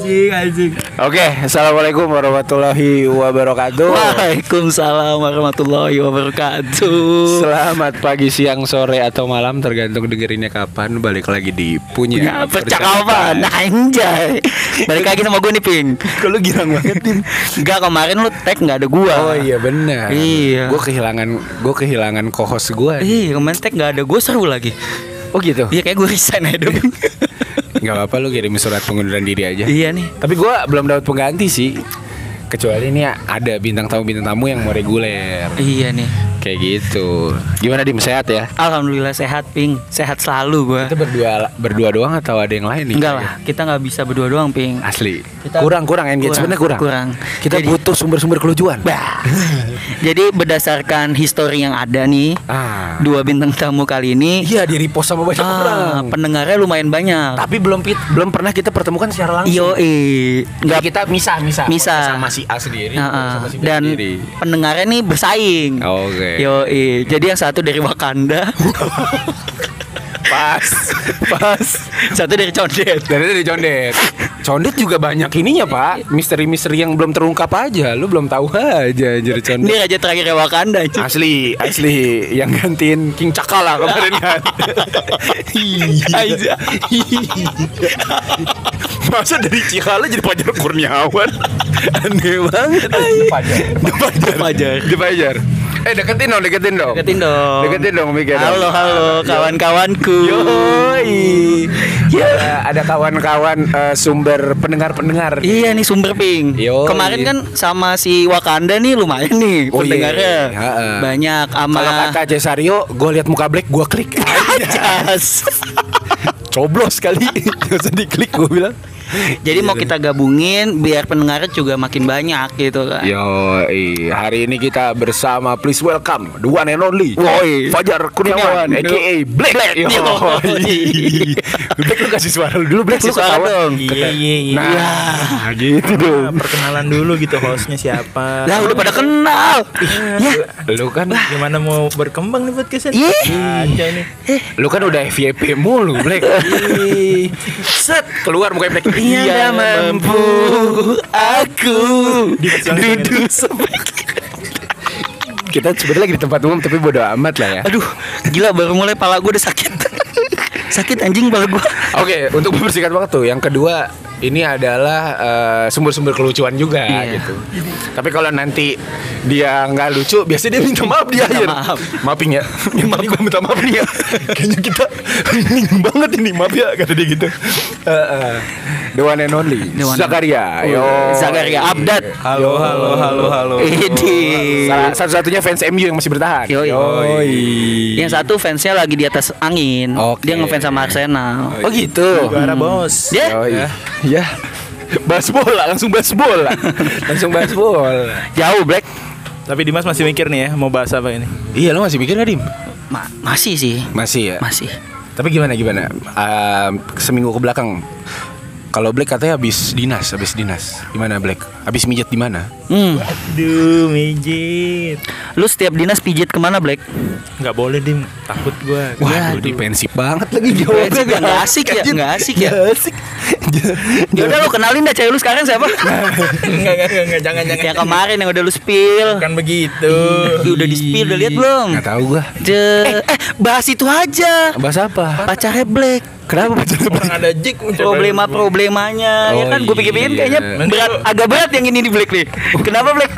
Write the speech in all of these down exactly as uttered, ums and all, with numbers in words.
Anjing, anjing. Oke, assalamualaikum warahmatullahi wabarakatuh. Waalaikumsalam warahmatullahi wabarakatuh. Selamat pagi, siang, sore atau malam tergantung dengerinnya kapan. Balik lagi di punya percakapan. Anjay. Balik lagi sama gue nih, Ping. Kalau girang banget, Dim. Enggak, kemarin lu tag enggak ada gua. Oh iya benar. Iya. Gue kehilangan gue kehilangan co-host gue. Iya, kemarin tag enggak ada gua, seru lagi. Oh gitu. Iya, kayak gue resign aja dong. Gak apa-apa, lu kirim surat pengunduran diri aja. Iya nih. Tapi gue belum dapat pengganti sih. Kecuali ini ada bintang tamu bintang tamu yang mau reguler. Iya nih. Kayak gitu. Gimana, Dim, sehat ya? Alhamdulillah sehat, Ping. Sehat selalu gua. Kita berdua berdua doang atau ada yang lain nih? Enggak lah, kita nggak bisa berdua doang, Ping. Asli. Kita- kurang kurang engagementnya kurang. Kurang. Kita Jadi- butuh sumber-sumber kelucuan. Bah. Jadi berdasarkan histori yang ada nih, Ah. dua bintang tamu kali ini, Iya, di repost sama banyak ah, orang. pendengarnya lumayan banyak. Tapi belum pit, belum pernah kita pertemukan secara Yo, langsung. eh, Nggak, kita misah misah. Misah. Sama si A sendiri, Ah, ah. sama si B Dan sendiri. pendengarnya nih bersaing. Oke. Yo, eh. Jadi yang satu dari Wakanda, Pas, pas. satu dari Condet. Dari dari Condet. Condet juga banyak ininya, Pak. Misteri-misteri yang belum terungkap aja. Lu belum tahu aja anjir Ini Condet. raja terakhir Wakanda. cuy. Asli, asli yang gantiin King Cakala kemarin kan. Iya. Masa dari Cikala jadi Fajar Kurniawan? Aneh banget. Fajar. Fajar. Fajar. Di Fajar. Eh deketin dong, deketin dong. Deketin dong. Deketin dong mikir. Halo, halo kawan-kawanku. Yoi. Ya. Ada, ada kawan-kawan eh, sumber pendengar-pendengar. Iya nih sumber, Ping. Yoi. Kemarin kan sama si Wakanda nih lumayan nih Oh, iya. pendengarnya. Ha-ha. Banyak sama Kalau kata Cesario, gue lihat muka Black, gue klik. Jas. Coblos kali. Gak usah diklik, gue bilang. Jadi mau kita gabungin biar pendengarnya juga makin banyak gitu kan. Yo, hari ini kita bersama, please welcome the one and only Woi. Fajar Kurniawan, Kurniawan. aka Black. Black. Yo. Black, lu kasih suara dulu, Black. Kasih Lu suara ketawa. dong. Iya iya iya. Nah, gitu dong. Nah, perkenalan dulu gitu hostnya siapa. Lah udah pada kenal. Ya. Lu kan, Gimana mau berkembang nih podcastnya? Ih. Aja nih. lu kan udah F Y P mulu, Black. Ih. Set keluar muka Black. Iya mampu aku duduk sampai. Kita sebenarnya lagi di tempat umum tapi bodo amat lah ya. Aduh, gila baru mulai pala gue udah sakit. Sakit anjing pala gue. Oke, untuk mempersingkat waktu, yang kedua ini adalah eh, sumber-sumber kelucuan juga Iya. gitu. Tapi kalau nanti dia nggak lucu, biasanya dia minta maaf di Minta akhir. maaf. Maafin ya. Maaf, gue minta maaf nih ya. Kayaknya kita bingung banget ini, maaf ya kata dia gitu. Eh, eh. The one and only The one and- Zakaria. Yo. Zakaria Abdat. Halo halo halo halo. Ini. Salah- Satu-satunya fans M U yang masih bertahan. Yoi. Yoi. Yang satu fansnya lagi di atas angin. Oke. Dia ngefans sama Arsenal. Oh gitu. Juara bos. Dia Yoi. Ya. Bahas bola, langsung bahas bola. Langsung bahas bola. jauh Black. Tapi Dimas masih mikir nih ya mau bahas apa ini? Iya, lo masih mikir gak, Dim? Ma- masih sih. Masih ya. Masih. Tapi gimana gimana? Um, seminggu ke belakang, kalau Black katanya habis dinas, habis dinas. Gimana Black? Habis mijet di mana? Hmm. Aduh, mijit. Lu setiap dinas pijit kemana Black? Nggak boleh Dim, takut gua. Waduh, defensif banget lagi Defensif ya, nggak asik ya, nggak asik ya. Nggak asik. Ya udah lu kenalin dah cewek lu sekarang siapa? Enggak enggak enggak jangan jangan. Yang kemarin yang udah lu spill. Bukan begitu. Ih, udah di spill, udah lihat belum? Nggak tahu gua. Je- eh, bahas itu aja. Bahas apa? Pacarnya Black. Kenapa pacarnya Orang ada jik Problema-problemanya ya Oh, kan gue pikir-pikir iya. kayaknya berat, agak berat yang ini di Black nih. Kenapa Black?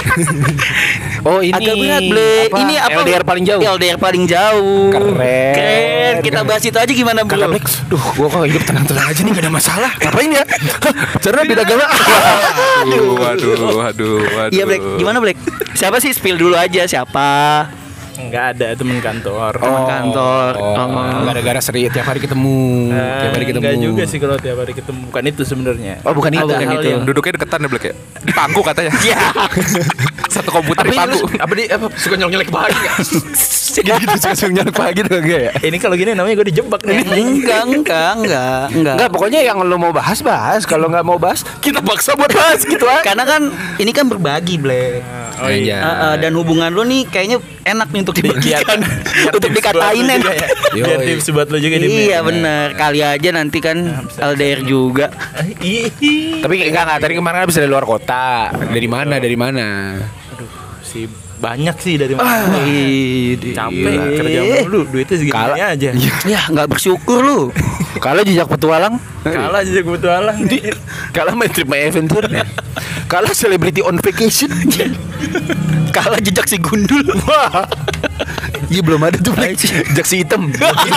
Oh ini Agak berat Black. apa? Ini apa? L D R paling jauh. L D R paling jauh. Keren. Keren. Kita bahas itu aja gimana bro? Kata Black, duh gua kok hidup tenang-tenang aja nih, gak ada masalah. Ngapain ya? Karena beda agama. Waduh, waduh, waduh, waduh. Iya Black. Gimana Black? Siapa sih spill dulu aja siapa? Enggak ada teman kantor. Teman kantor. Oh, Oh. gara-gara sering tiap hari ketemu, Eh, tiap hari ketemu. enggak juga sih kalau tiap hari ketemu. Bukan itu sebenarnya. Oh, bukan itu. bukan Hal itu. yang Duduknya deketan ya Black ya? Di pangku katanya. Iya. Satu komputer Apa di pangku. apa di apa suka nyolek pagi enggak? Gitu suka nyolek pagi tuh enggak ya? Ini kalau gini namanya gue dijebak nih. Enggak, enggak, enggak, enggak. Enggak, pokoknya yang lu mau bahas bahas, kalau enggak mau bahas kita paksa buat bahas gitu aja. Karena kan ini kan berbagi Black. Oh, iya. Uh, uh, dan hubungan lu nih kayaknya enak nih untuk Biar- dibagikan, biar untuk tips buat dikatain lu kan. juga ya. Yoi. Biar tips buat lu juga Dim, ya. Iya bener, kali aja nanti kan L D R juga. Ih, Tapi enggak enggak tadi kemarin habis dari luar kota. Dari mana? Dari mana? aduh, si banyak sih dari mana. Ih, Capek gila. kerja mulu, duitnya segini Kala- aja. Ya nggak bersyukur lu. Kalau jejak petualang, Kalah aja kebetulan. kalau main trip my adventure, kalau celebrity on vacation, Kalah jejak si gundul. wah, iya belum ada tuh Black. Jejak si hitam.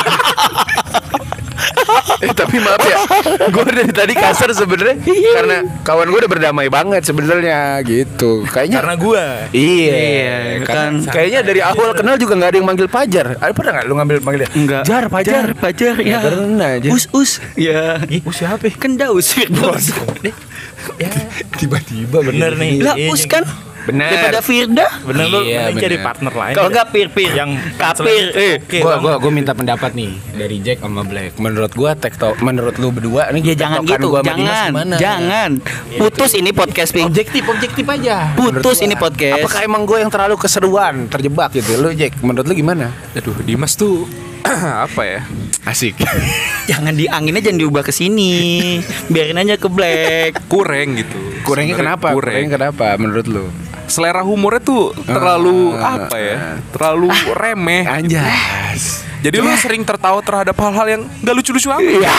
eh tapi maaf ya, gue dari tadi kasar sebenarnya karena kawan gue udah berdamai banget sebenarnya gitu. Kayaknya Karena gua Iya, Iya, kan. kan. Kayaknya dari awal kenal juga nggak ada yang manggil Pajar. Ada pernah nggak lu ngambil manggil dia? Enggak. Jar, Pajar. Jar, Pajar, ya. Pernah aja. Us, us. Ya. Ih, siapa? Kan Daus Firdaus. Ya, Tiba-tiba bener nih. Lah, Iya, us iya. kan. Bener. Daripada Firda. Bener lu Iya, mending cari bener. partner lain. Kalau ya. enggak pir-pir. yang kapir. Eh, Oke, gua Bang. gua gua minta pendapat nih dari Jack sama Black. Menurut gua tektok menurut lu berdua nih Ya jangan tektokan gitu, gua sama Dimas jangan, gimana? jangan. Putus ini podcast, Ping. Objektif, objektif aja. Putus Menurut ini gua. podcast. Apakah emang gua yang terlalu keseruan, terjebak gitu? Lu Jack, menurut lu gimana? Aduh, Dimas tuh apa ya? Asik. Jangan dianginnya jangan diubah ke sini. Biarin aja ke Black. Kurang gitu. Kurangnya Sebenarnya kenapa? Kurang. Kurangnya kenapa menurut lu? Selera humornya tuh terlalu Ah, apa ya? Terlalu remeh. Anjas. Jadi lu sering tertawa terhadap hal-hal yang gak lucu-lucu amat. Iya.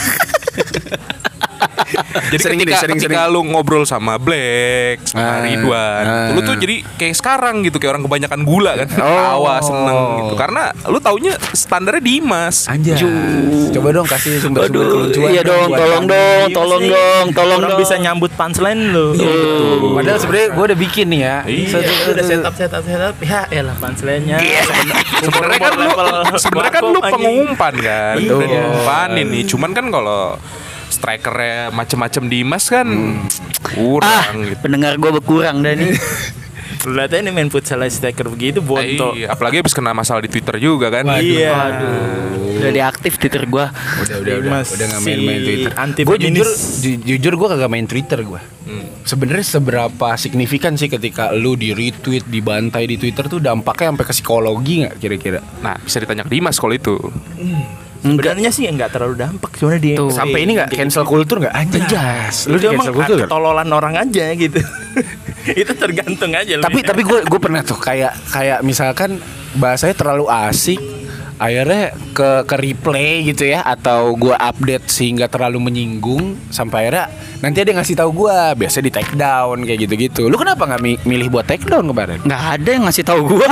Jadi Sering ketika, nih, sering, ketika lu ngobrol sama Black, sama Ah, Ridwan, ah. lu tuh jadi kayak sekarang gitu, kayak orang kebanyakan gula kan, tawa seneng gitu. Karena lu taunya standarnya Dimas. Anjas. Coba dong kasih sumber-sumber Aduh, kelucuan. iya dong, buat tolong kami. dong, Iya tolong sih. dong, tolong Orang dong. bisa nyambut punchline lu. Padahal sebenarnya gue udah bikin nih ya. Iya, Satu- itu udah satu- setup setup setup. Ya, elah punchline-nya. Sebenarnya kan lu sebenarnya kan lu pengumpan kan, Iya. udah diumpanin nih. Cuman kan kalau strikernya macem-macem Dimas kan Ah, kurang gitu. pendengar gue berkurang dah nih. Lu lihat aja nih main futsal striker begitu bonto. Iya, apalagi habis kena masalah di Twitter juga kan. Iya. Udah diaktif Twitter gue. Udah udah udah Dimas udah nggak main-main si Twitter. anti Gue jujur feminis. ju- jujur gue kagak main Twitter gue. Sebenarnya seberapa signifikan sih ketika lu di retweet, dibantai di Twitter tuh dampaknya sampai ke psikologi nggak kira-kira? Nah, bisa ditanya ke Dimas kalau itu. Sebenarnya sih enggak terlalu dampak, cuma dia Tuh. Sampai ini nggak cancel culture nggak? Anjas. Lu Lu di emang cancel culture nggak? ketololan orang aja gitu. Itu tergantung aja. Tapi tapi gue gue pernah tuh kayak kayak misalkan bahasanya terlalu asik, akhirnya ke ke replay gitu ya, atau gue update sehingga terlalu menyinggung sampai akhirnya nanti ada yang ngasih tahu gue, biasa di take down kayak gitu-gitu. Lu kenapa nggak mi- milih buat take down kemarin? Nggak ada yang ngasih tahu gue.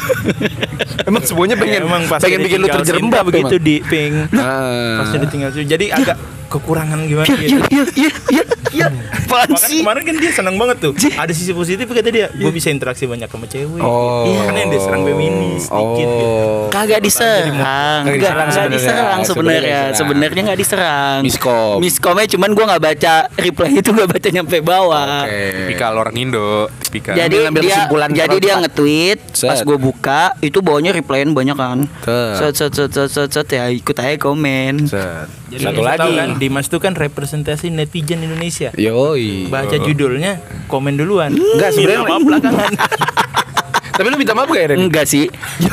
Emang semuanya pengen emang pas pengen dia bikin lu tinggal terjerembab cinta begitu emang. di ping. Ah. Pas dia ditinggal cinta. Jadi agak kekurangan gimana Ya, gitu. ya, ya, ya, ya, ya. Apaan Makanya sih? kemarin kan dia senang banget tuh. Ada sisi positif kata dia. Gue bisa interaksi banyak sama cewek. Oh. Iya, karena yang diserang feminis dikit Oh. gitu. Kagak diserang, Kagak nggak diserang nggak sebenarnya. diserang Sebenarnya sebenarnya, diserang. sebenarnya nggak diserang. Miskom. Miskomnya cuman gue nggak baca reply itu, nggak baca nyampe bawah. Oke. Tipikal orang Indo, tipikal. Jadi Ambil- ambil dia, kesimpulan jadi terlalu dia cepat. nge-tweet, pas Set. gue buka itu bawahnya replyan banyak kan. Set. Set set set set set, set, ya ikut aja komen. Set. Jadi Satu lu lagi. tahu kan, Dimas tuh kan representasi netizen Indonesia. Yoi. Baca judulnya, komen duluan. Enggak, sebenarnya- Minta maaf belakangan. Tapi lu minta maaf gak ya Ren? Enggak sih.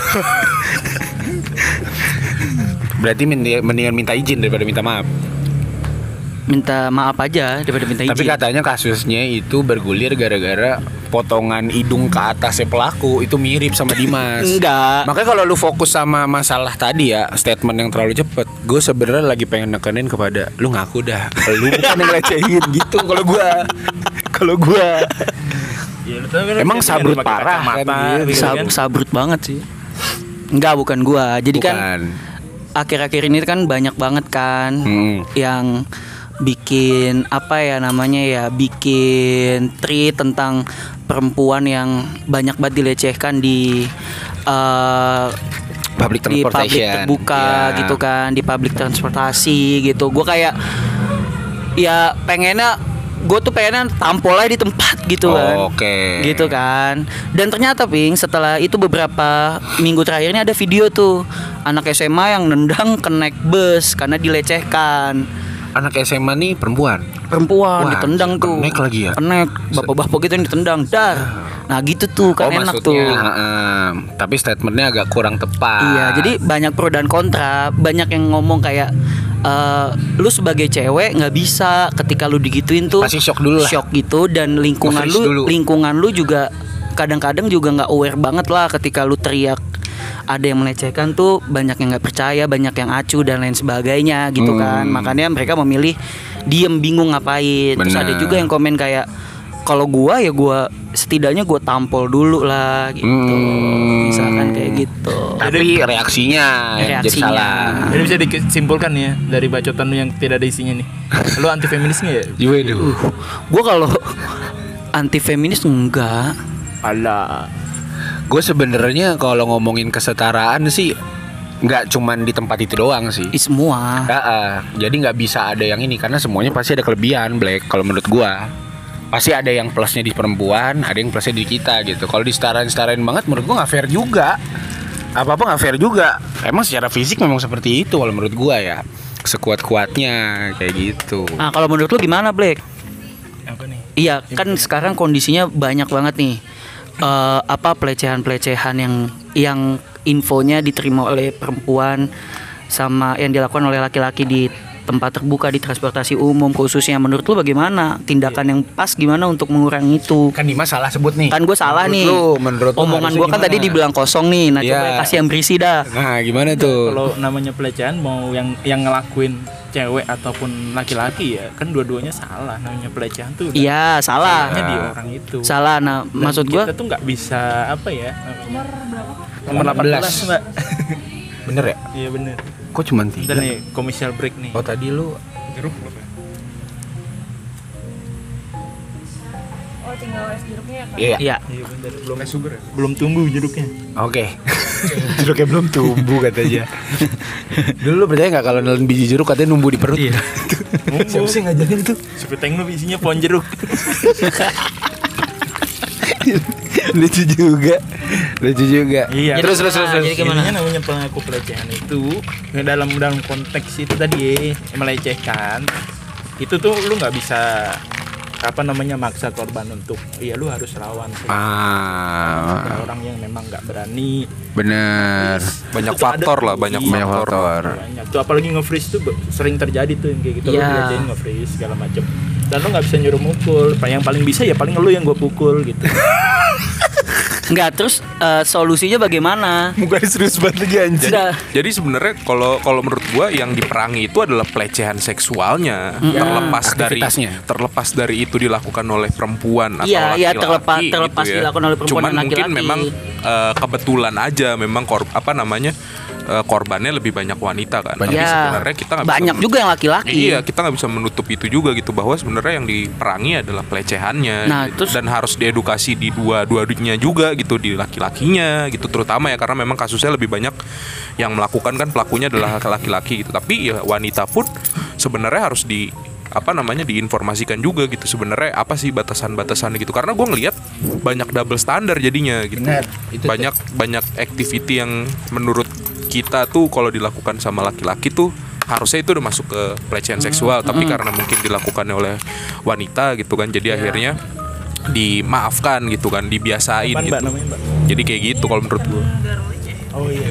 Berarti mendingan mendingan minta izin daripada minta maaf. Minta maaf aja daripada minta izin. Tapi katanya kasusnya itu bergulir gara-gara potongan hidung ke atasnya pelaku itu mirip sama Dimas. Enggak. Makanya kalau lu fokus sama masalah tadi ya, statement yang terlalu cepet, gue sebenarnya lagi pengen nekenin kepada lu ngaku dah, lu bukan yang lecehin gitu. Kalau gue, kalau gue Ya, lu tahu kan Emang dia sabrut pakai parah kacamata, kan, gitu Sab- kan. sabrut banget sih. Enggak, bukan gua. Jadi kan bukan. akhir-akhir ini kan banyak banget kan Hmm. yang bikin apa ya namanya ya, bikin tweet tentang perempuan yang banyak banget dilecehkan di eh, Public di publik transportation. terbuka Ya. gitu kan, di public transportasi gitu. Gue kayak ya pengennya, gue tuh pengennya tampol aja di tempat gitu kan. Oke. Gitu kan. Dan ternyata Ping, setelah itu beberapa minggu terakhir ini ada video tuh anak S M A yang nendang ke naik bus karena dilecehkan. anak S M A nih perempuan. Perempuan Wah, ditendang tuh. kenek lagi ya? Kenek, bapak-bapak gitu yang ditendang, dar. Nah gitu tuh kan Oh enak tuh. maksudnya heeh. Tapi statementnya agak kurang tepat. Iya, jadi banyak pro dan kontra. Banyak yang ngomong kayak eh, lu sebagai cewek nggak bisa ketika lu digituin tuh. Pasti shock dulu lah. Shock gitu dan lingkungan Nge-freeze lu, dulu. lingkungan lu juga kadang-kadang juga nggak aware banget lah ketika lu teriak. Ada yang melecehkan tuh banyak yang nggak percaya, banyak yang acuh dan lain sebagainya gitu kan. Hmm. Makanya mereka memilih diem bingung ngapain. Terus Bener. ada juga yang komen kayak kalau gua ya gua setidaknya gua tampol dulu lah gitu. Hmm. Misalkan kayak gitu. Tapi reaksinya, yang jadi Reaksinya. salah. Jadi bisa disimpulkan ya dari bacotan lu yang tidak ada isinya nih. Lu anti feminis nggak ya? Waduh. Gua kalau anti feminis enggak. Alah. Gue sebenarnya kalau ngomongin kesetaraan sih nggak cuman di tempat itu doang sih. Di semua. Heeh. Jadi nggak bisa ada yang ini karena semuanya pasti ada kelebihan Black. Kalau menurut gua pasti ada yang plusnya di perempuan, ada yang plusnya di kita gitu. Kalau disetarain-setarain banget menurut gua nggak fair juga. Apa-apa nggak fair juga. Emang secara fisik memang seperti itu kalau menurut gua ya. Sekuat-kuatnya kayak gitu. Nah, kalau menurut lu gimana, Black? Apa nih? Iya, kan sekarang kondisinya banyak banget nih. Eh, apa pelecehan-pelecehan yang yang infonya diterima oleh perempuan sama yang dilakukan oleh laki-laki di tempat terbuka di transportasi umum khususnya. Menurut lu bagaimana tindakan yang pas gimana untuk mengurangi itu? Kan Dimas salah sebut nih. Kan gue salah Menurut nih. lu, menurut lu Omongan harusnya gue kan gimana? tadi dibilang kosong nih. Nah, Iya. coba kasih yang berisi dah. Nah, gimana tuh? Kalau namanya pelecehan mau yang yang ngelakuin cewek ataupun laki-laki ya kan dua-duanya salah. Namanya pelecehan tuh udah Iya, salah. salahnya di orang itu. Salah. Nah, Dan maksud gue kita tuh nggak bisa apa ya? Nomor berapa? Nomor delapan belas, Mbak. Bener ya? Iya bener. Kok cuma Dan tiga? nih commercial break nih. Oh tadi lu jeruk belum ya? Oh tinggal es jeruknya ya kan? Iya. iya. Iya bener. Belum sugar ya? Belum tumbuh jeruknya. Oke. Jeruknya belum tumbuh katanya. Dulu lu percaya nggak kalau nelen biji jeruk katanya numbuh di perut? Iya. Siapa sih ngajarin tuh? Sepeteng lu isinya pohon jeruk. Lucu juga. Lucu juga. Iya. Terus terus terus. terus. Jadi gimana? Intinya namanya pelaku pelecehan itu dalam dalam konteks itu tadi melecehkan itu tuh lu nggak bisa apa namanya maksa korban untuk iya lu harus lawan sih. Ah, Ada orang yang memang nggak berani. bener. Banyak Itu tuh faktor ada lah, tuh. banyak Iya, Banyak faktor. banyak tuh apalagi nge-freeze tuh be- sering terjadi tuh yang kayak gitu. Lu Iya. diajain nge-freeze segala macem dan lu nggak bisa nyuruh mukul. Yang paling bisa ya paling lu yang gua pukul gitu. Enggak, terus eh, solusinya bagaimana? Mukanya serius banget lagi anjir. Sudah. Jadi sebenarnya kalau kalau menurut gua yang diperangi itu adalah pelecehan seksualnya, terlepas dari Aktivitasnya. terlepas dari itu dilakukan oleh perempuan atau Iya, iya, laki-laki terlepas- gitu terlepas ya. dilakukan oleh perempuan Cuman dan mungkin laki-laki. memang eh, kebetulan aja memang kor apa namanya eh, korbannya lebih banyak wanita kan. Tapi Ya, sebenarnya kita nggak bisa banyak men- juga yang laki-laki. Iya, kita nggak bisa menutup itu juga gitu bahwa sebenarnya yang diperangi adalah pelecehannya Nah, gitu. terus- Dan harus diedukasi di dua-duanya juga gitu di laki-lakinya gitu terutama ya karena memang kasusnya lebih banyak yang melakukan kan pelakunya adalah laki-laki gitu. Tapi ya wanita pun sebenarnya harus di apa namanya diinformasikan juga gitu sebenarnya apa sih batasan-batasan gitu karena gue ngelihat banyak double standar jadinya gitu. Benar, itu tuh. Banyak banyak activity yang menurut kita tuh kalau dilakukan sama laki-laki tuh harusnya itu udah masuk ke pelecehan seksual tapi karena mungkin dilakukan oleh wanita gitu kan jadi akhirnya dimaafkan gitu kan dibiasain Apaan, gitu. Mbak, namanya, Mbak? Jadi kayak gitu kalau menurut gue. Oh iya.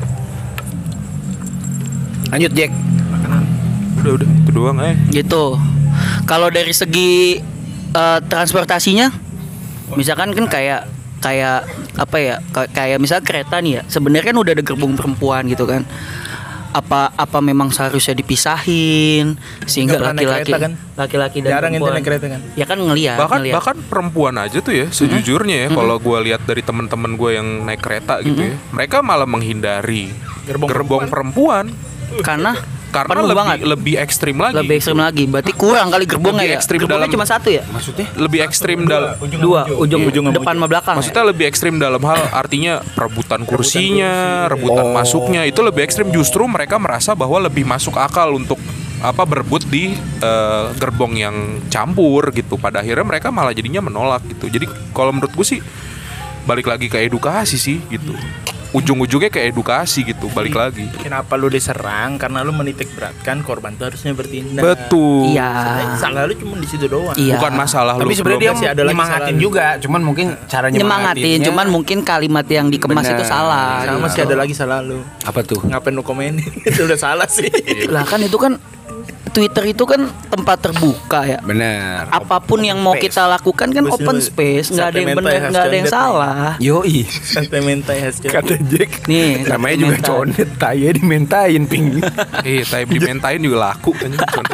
Lanjut Jack. Udah udah itu doang eh. Gitu. Kalau dari segi eh, transportasinya, misalkan kan kayak kayak apa ya? Kay- Kayak misal kereta nih ya. Sebenarnya kan udah ada gerbong perempuan gitu kan. Apa apa memang seharusnya dipisahin sehingga Nggak pernah naik laki-laki kereta kan? laki-laki dan Jarang ente perempuan naik kereta kan? ya kan ngelihat bahkan ngelihat. bahkan perempuan aja tuh ya sejujurnya ya kalau gue lihat dari teman-teman gue yang naik kereta gitu ya mereka malah menghindari Gerbong gerbong, perempuan. karena karena penuh lebih banget. lebih ekstrim lagi lebih ekstrim lagi. Berarti kurang kali gerbongnya Lebih ya. ekstrim Gerbongnya dalam- cuma satu ya? Maksudnya? lebih ekstrim dalam Dua, ujung, Ujung sama depan sama belakang. ya? maksudnya lebih ekstrim dalam hal artinya perebutan kursinya, rebutan Oh. masuknya itu lebih ekstrim justru mereka merasa bahwa lebih masuk akal untuk apa berebut di eh, gerbong yang campur gitu. Pada akhirnya mereka malah jadinya menolak gitu. Jadi kalau menurut gue sih balik lagi ke edukasi sih gitu. ujung-ujungnya ke edukasi gitu, balik lagi. Kenapa lu diserang? Karena lu menitik beratkan korban tuh harusnya bertindak. Betul. Iya. Sebenarnya salah lu cuma di situ doang. Iya. Bukan masalah Tapi lu sebenarnya dia belum masih ada lagi nyemangatin salah. juga, cuman mungkin cara Nyemangatin, nyemangatinnya cuman mungkin kalimat yang dikemas Bener. itu salah. Sama gitu. masih ada lagi salah lu. apa tuh? Ngapain lu komenin? Itu udah salah sih. Lah kan itu kan Twitter itu kan tempat terbuka ya. Benar. Apapun yang mau kita lakukan kan Terus open lu- space, nggak ada yang sentimental benar, ya, nggak ada yang harus salah. Yoi. Sentimental has Kata Jack. Nih, Namanya juga sentimental. condet, taya dimentain ping. Iya, time dimentain juga laku kan.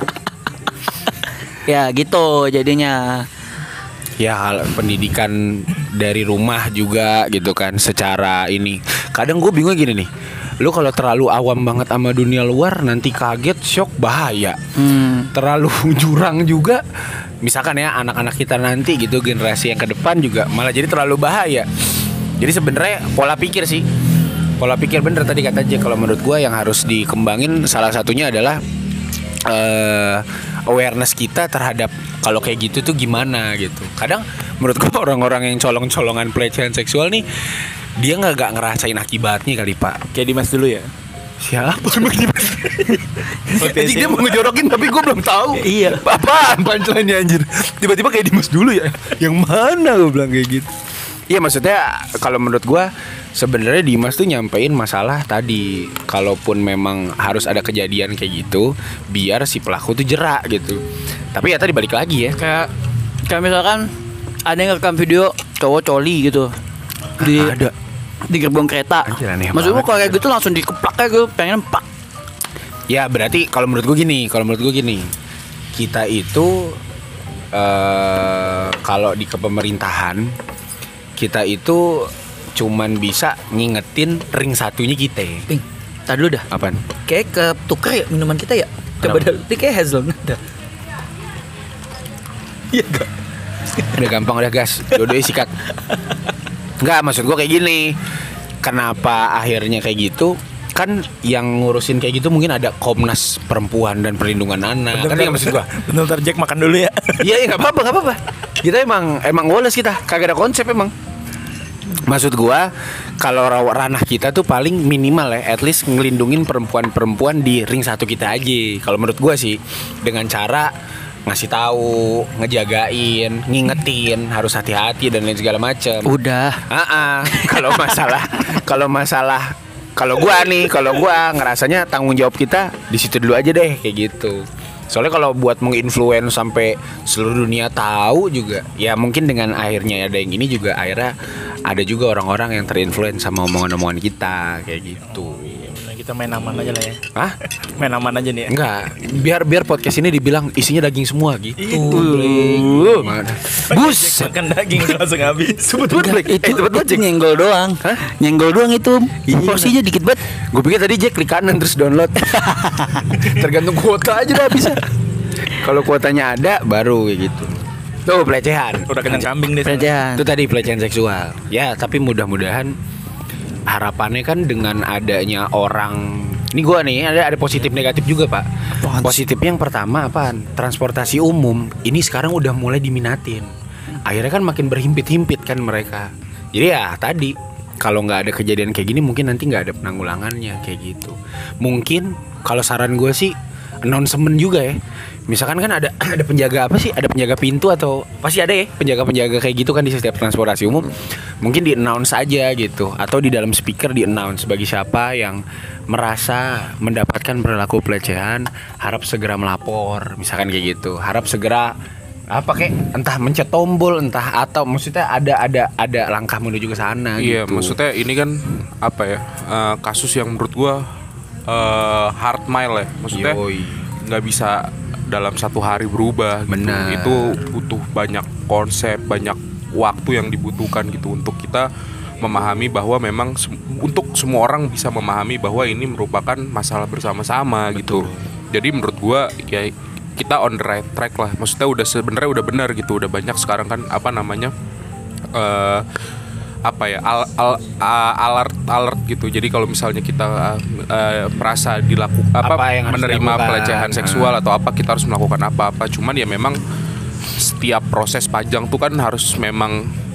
Ya gitu jadinya. Ya hal pendidikan dari rumah juga gitu kan secara ini. Kadang gue bingung gini nih. Lu kalau terlalu awam banget sama dunia luar nanti kaget, shock, bahaya. Hmm. Terlalu jurang juga. Misalkan ya anak-anak kita nanti gitu generasi yang ke depan juga malah jadi terlalu bahaya. Jadi sebenarnya pola pikir sih. Pola pikir bener tadi kata Jack, kalau menurut gue yang harus dikembangin salah satunya adalah eh awareness kita terhadap kalau kayak gitu tuh gimana gitu. Kadang menurut gue orang-orang yang colong-colongan pelecehan seksual nih dia nggak gak ngerasain akibatnya kali Pak. Kayak Dimas dulu ya. Siapa emang Dimas? Anjing dia mau ngejorokin tapi gue belum tahu. Iya. Apaan pancelannya anjir? Tiba-tiba kayak Dimas dulu ya. Yang mana gue bilang kayak gitu. Iya maksudnya kalau menurut gue sebenarnya Dimas tuh nyampein masalah tadi. Kalaupun memang harus ada kejadian kayak gitu, biar si pelaku tuh jerak gitu. Tapi ya tadi balik lagi ya. Kayak kayak misalkan ada yang rekam video cowok coli gitu di Ada. di gerbong kereta. Anjir, aneh Maksudnya banget. kalau kayak gitu langsung dikeplak kayak gue pengen pak. Ya berarti kalau menurut gue gini, kalau menurut gue gini, kita itu eh kalau di kepemerintahan kita itu cuman bisa ngingetin ring satunya kita. Ping, tadi dulu dah. Apaan? Kayak ketukar ya minuman kita ya. Coba Kenapa? dah. Ini kayak hazelnut dah. Iya gak? Udah gampang udah gas, dua-duanya sikat. Enggak, maksud gue kayak gini. Kenapa akhirnya kayak gitu? Kan yang ngurusin kayak gitu mungkin ada Komnas Perempuan dan Perlindungan Anak. Kan nggak maksud gue? Bentar, bentar Jack makan dulu ya. Iya, iya nggak apa-apa, nggak apa-apa. Kita emang emang woles kita, kagak ada konsep emang. Maksud gua kalau raw- ranah kita tuh paling minimal ya, at least ngelindungin perempuan-perempuan di ring satu kita aja. Kalau menurut gua sih dengan cara ngasih tahu, ngejagain, ngingetin, harus hati-hati dan lain segala macam. Udah. Ah, kalau masalah kalau masalah kalau gua nih, kalau gua ngerasanya tanggung jawab kita di situ dulu aja deh kayak gitu. Soalnya kalau buat menginfluence sampai seluruh dunia tahu juga, ya mungkin dengan akhirnya ada yang ini juga akhirnya ada juga orang-orang yang terinfluence sama omongan-omongan kita kayak gitu. Nah, kita main aman aja lah ya. Hah? Main aman aja nih ya. Enggak, biar biar podcast ini dibilang isinya daging semua gitu. Mana? Bus. Makan daging langsung habis. Sebut-sebut Black. Itu, Eh, sebut-sebut itu Jack. nyenggol doang. Hah? Nyenggol doang itu. Porsinya dikit banget. Gue pikir tadi Jack klik kanan terus download. Tergantung kuota aja dah bisa. Kalau kuotanya ada baru kayak gitu. Tuh pelecehan. Udah kenyang kambing deh. Pelecehan. Itu tadi pelecehan seksual. Ya, tapi mudah-mudahan harapannya kan dengan adanya orang ini gua nih ada ada positif negatif juga, Pak. Apaan sih? Positifnya yang pertama apaan? Transportasi umum ini sekarang udah mulai diminatin. Akhirnya kan makin berhimpit-himpit kan mereka. Jadi ya tadi kalau nggak ada kejadian kayak gini mungkin nanti nggak ada penanggulangannya kayak gitu. Mungkin kalau saran gue sih announcement juga ya. Misalkan kan ada ada penjaga apa sih? Ada penjaga pintu atau pasti ada ya penjaga-penjaga kayak gitu kan di setiap transportasi umum. Mungkin di announce aja gitu atau di dalam speaker di announce bagi siapa yang merasa mendapatkan perilaku pelecehan harap segera melapor, misalkan kayak gitu. Harap segera apa kayak entah mencet tombol entah atau maksudnya ada ada ada langkah menuju ke sana Iya, gitu. maksudnya ini kan apa ya? eh, kasus yang menurut gua eh, hard mile ya. Maksudnya Yoi. nggak bisa dalam satu hari berubah gitu. Benar. Itu butuh banyak konsep, banyak waktu yang dibutuhkan gitu untuk kita memahami bahwa memang sem- untuk semua orang bisa memahami bahwa ini merupakan masalah bersama-sama gitu. Jadi menurut gua ya kita on the right track lah. Maksudnya udah sebenarnya udah benar gitu. Udah banyak sekarang kan apa namanya eh apa ya al, al, a- alert alert gitu. Jadi kalau misalnya kita uh, merasa dilakukan apa, Apa yang harus menerima dilakukan? pelecehan seksual atau apa kita harus melakukan apa-apa. Cuman ya memang setiap proses panjang tuh kan harus memang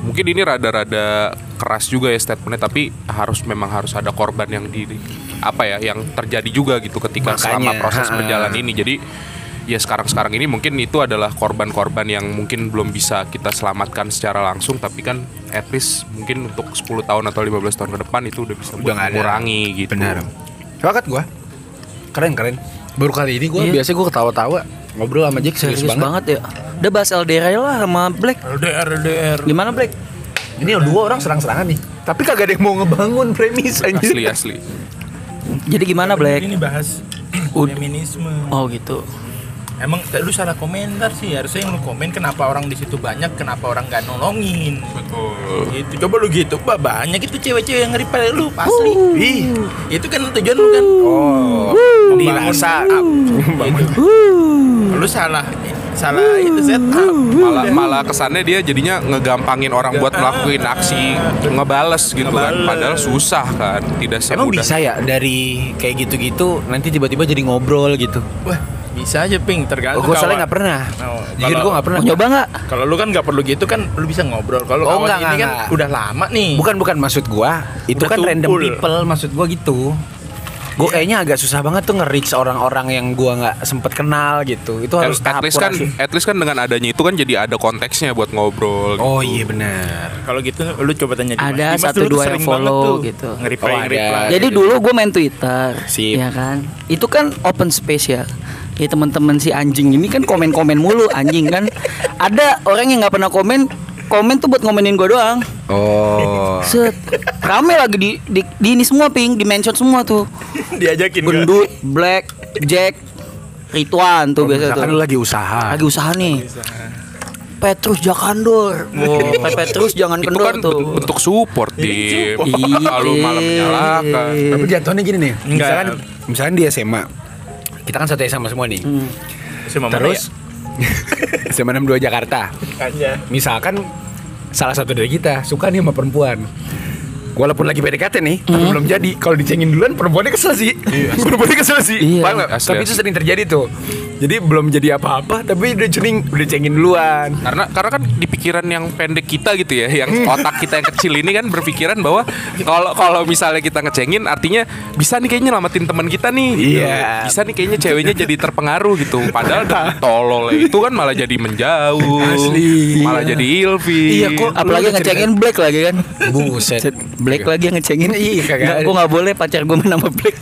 mungkin ini rada-rada keras juga ya statementnya, tapi harus memang harus ada korban yang di apa ya yang terjadi juga gitu ketika Makanya, selama proses ha-ha. berjalan ini. Jadi ya sekarang-sekarang ini mungkin itu adalah korban-korban yang mungkin belum bisa kita selamatkan secara langsung, tapi kan at least mungkin untuk sepuluh tahun atau lima belas tahun ke depan itu udah bisa Udah buat nggak ada. mengurangi gitu. Benar. Sepakat gua. Keren keren. Baru kali ini gua Iya. biasa gua ketawa-tawa ngobrol sama Jack serius, Serius banget. banget ya. Udah bahas L D R lah sama Black. L D R L D R. Gimana Black? Ini dua orang serang-serangan nih. Tapi kagak ada yang mau ngebangun premis aja. Asli asli. Jadi gimana Black? Ini bahas Ud- feminisme. Oh gitu. Emang lu salah komentar sih, harusnya yang lu komen kenapa orang di situ banyak, kenapa orang nggak nolongin. Betul. Itu coba lu gitu, bah banyak itu cewek-cewek yang reply lu pasti. Ih, itu kan tujuan lu kan. Oh, Membangun dirasa. up. Gitu. Lu salah, salah itu set up. Malah malah kesannya dia jadinya ngegampangin orang buat melakukan aksi ngebales gitu kan, Ngebales. padahal susah kan, tidak Emang semudah. bisa ya dari kayak gitu-gitu nanti tiba-tiba jadi ngobrol gitu. Wah, bisa aja ping, Oh, tergantung. gue soalnya kawan. nggak pernah. Oh, Jujur kalau- gue nggak pernah. Mau nyoba nggak? Kalau lu kan nggak perlu gitu kan, lu bisa ngobrol. Kalau Oh, kawan enggak, ini enggak, kan enggak. udah lama nih. Bukan bukan maksud gua, itu Udah kan random tumpul. people maksud gua gitu. Gue kayaknya agak susah banget tuh nge-reach orang-orang yang gua nggak sempet kenal gitu. Itu harus At, at tahap least kan, kurasi. at least kan dengan adanya itu kan jadi ada konteksnya buat ngobrol. Oh gitu. iya benar. Kalau gitu lu coba tanya Dimas. Ada Dimas satu dulu tuh dua yang sering banget follow tuh gitu. Nge-reply, Oh, ada. nge-reply. Jadi dulu gue main Twitter, Sip. ya kan. Itu kan open space ya. Ya teman-teman si anjing ini kan komen-komen mulu anjing kan. Ada orang yang nggak pernah komen, komen tuh buat ngomenin gue doang. Oh. Set, rame lagi di, di, di ini semua ping, di mention semua tuh. diajakin kan. Gendut, Black, Jack, Rituan tuh biasa Kan tuh. lu lagi usaha. Lagi usaha nih. Petrus Jakandor. Wow. Petrus jangan Itu kendor kan tuh. bentuk, bentuk support di Iya. kalau malah menyalahkan. Tapi jatuhnya gini nih. Enggak. Misalkan misalkan di S M A. Kita kan satu S M A semua nih. Sama mana Terus S M A enam puluh dua Jakarta. ya? Aja. Misalkan salah satu dari kita suka nih sama perempuan. Walaupun lagi P D K T nih, tapi belum jadi. Kalau dicengin duluan, perempuannya kesel sih. Perempuannya kesel sih. Iya. Paham nggak? Asli, Tapi asli. itu sering terjadi tuh. Jadi belum jadi apa-apa, tapi udah cengin, udah cengin duluan. Karena karena kan di pikiran yang pendek kita gitu ya, yang otak kita yang kecil ini kan berpikiran bahwa kalau kalau misalnya kita ngecengin artinya bisa nih kayaknya nyelamatin teman kita nih. gitu. Iya. Bisa nih kayaknya ceweknya jadi terpengaruh gitu. Padahal dengan tolol itu kan malah jadi menjauh. Asli. Malah jadi ilfil. Iya, kok. Apalagi Lu udah ngecengin Black lagi kan. Buset. Black lagi yang ngecengin. Iya, kagak Nggak, ada. gue nggak boleh pacar gue main sama Black.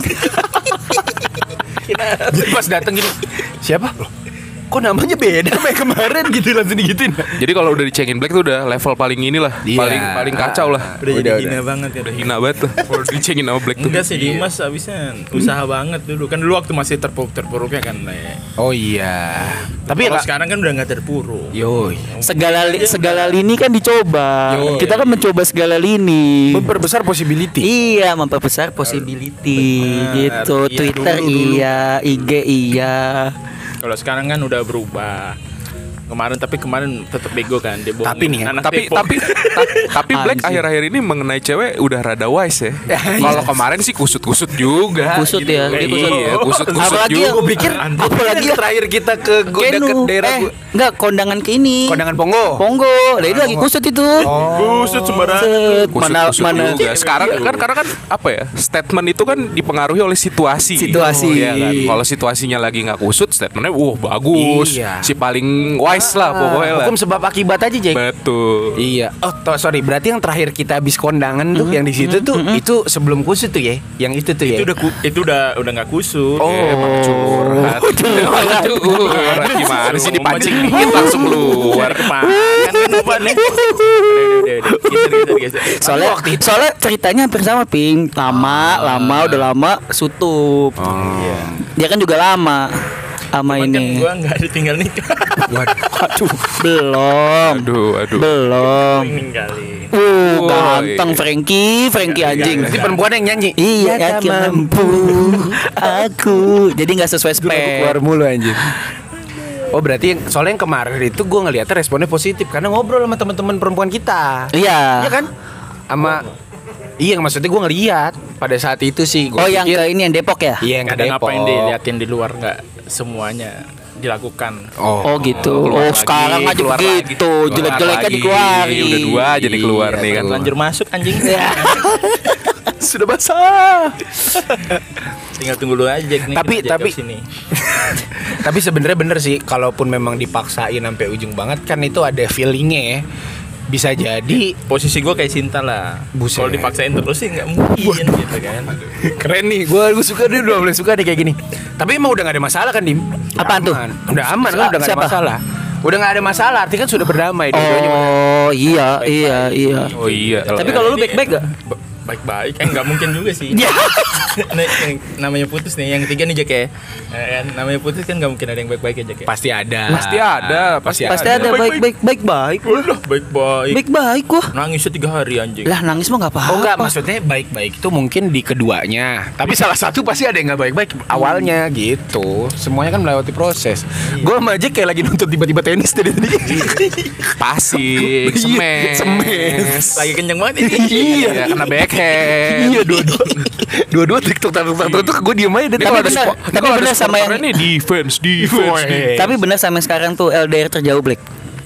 Jadi pas dateng gini, siapa? Loh, kok namanya beda sama yang kemarin gitu langsung digituin. Jadi kalau udah dicengin Black tuh udah level paling inilah, Iya. paling paling kacau lah. Udah, Udah, jadi hina udah. banget ya. Udah hina banget tuh kalau dicengin sama Black tuh. Enggak sih Dimas abisnya usaha banget dulu. Kan dulu waktu masih terpuruk terpuruknya kan Le. Oh iya. Tapi Kalau lah. sekarang kan udah nggak terpuruk. Yoi. Segala li- segala lini kan dicoba. Yo. Kita kan mencoba segala lini. Memperbesar possibility. Iya, memperbesar possibility gitu. Iya, Twitter dulu, dulu. iya, I G iya. Kalau sekarang kan udah berubah. Kemarin tapi kemarin tetap bego kan dia bohongin Tapi nih ya, anak tapi Depok. tapi ta- tapi Black Anjing. akhir-akhir ini mengenai cewek udah rada wise ya. Kalau kemarin sih kusut-kusut juga. Kusut ya, dia kusut. Iya, kusut-kusut Apalagi juga. yang Gue pikir apalagi yang terakhir kita ke gue deket Kenu. daerah Eh, gua. enggak kondangan ke ini. Kondangan Pongo. Pongo. Lah itu lagi kusut itu. Kusut sembarangan. Set, Kusut, mana kusut mana juga. Sekarang kan karena kan apa ya? Statement itu kan dipengaruhi oleh situasi. Situasi. Iya kan? Kalau situasinya lagi nggak kusut, statementnya wah bagus. Iya. Si paling wise lah pokoknya lah. Hukum sebab akibat aja, Jack. Betul. Iya. Oh, to, sorry. Berarti yang terakhir kita habis kondangan tuh, yang di situ tuh, itu sebelum kusut tuh ya. Yang itu tuh ya. Itu udah ku- itu udah udah nggak kusut. Oh, Emang curhat. Emang curhat. Gimana sih dipancing dikit langsung keluar. Kan depannya. Udah udah udah. udah. Geser geser geser. Soalnya soalnya ceritanya hampir sama Ping. Lama, lama udah lama sutup. Dia kan juga lama sama Cuman kan ini. gua nggak ditinggal nikah. Aduh, belum. Aduh, aduh. Belum. Ninggalin. Uh, Woi. ganteng Frankie, Frankie anjing. Berarti perempuan yang nyanyi. Iya, yakin mampu aku. Jadi nggak sesuai Itu lagu spek. keluar mulu anjing. Oh berarti yang, soalnya yang kemarin itu gue ngeliatnya responnya positif karena ngobrol sama teman-teman perempuan kita. Iya. Iya kan? Sama iya maksudnya gue ngeliat pada saat itu sih. Gua Oh, yang pikir- ke ini yang Depok ya? Iya yang Nggak ke ada Depok. ngapain diliatin di luar nggak semuanya dilakukan. Oh, gitu. keluar Oh, lagi, sekarang aja keluar begitu. lagi, keluar Jelek-jeleknya lagi. dikeluarin. Udah dua jadi keluar nih kan. Lanjur masuk anjing. Sudah basah. Tinggal tunggu dulu aja Jack nih. Tapi- kita Jack tapi- ke sini. Tapi sebenarnya bener sih, kalaupun memang dipaksain sampai ujung banget kan itu ada feelingnya ya. Bisa jadi Posisi gue kayak Sinta lah. Buset. Kalau dipaksain terus sih nggak mungkin gitu kan. keren nih, gue gue suka dia udah mulai suka nih kayak gini. Tapi emang udah gak ada masalah kan Dim? Udah Apaan tuh? aman. Udah aman kan, udah gak ada Siapa? masalah. Udah gak ada masalah, artinya kan sudah berdamai. dua-duanya udah- Oh, iya, iya, iya. Oh iya. Tapi kalau lu baik-baik gak? Ba- Baik-baik, eh nggak mungkin juga sih. Ya. Nih, yang namanya putus nih, yang ketiga nih Jack ya. Eh, kan, namanya putus kan nggak mungkin ada yang baik-baik ya Jack ya. Pasti ada. Pasti ada, pasti Pasti ada baik-baik, baik-baik gua. Udah baik-baik. Baik-baik gua. Nangisnya tiga hari anjing. Lah nangis mah enggak apa-apa. Oh enggak, maksudnya baik-baik itu mungkin di keduanya. Tapi salah satu pasti ada yang nggak baik-baik awalnya gitu. Semuanya kan melewati proses. Gue sama Jack kayak lagi nonton tiba-tiba tenis dari tadi. Pasing, semes. Semes. Lagi kenceng banget ini. Iya, kena backhand. Iya dua-dua. Dua-dua TikTok TikTok tuh gue diem aja. Tapi benar, tapi benar sama yang Ini defense, defense. defense. tapi benar sama yang sekarang tuh L D R terjauh Black.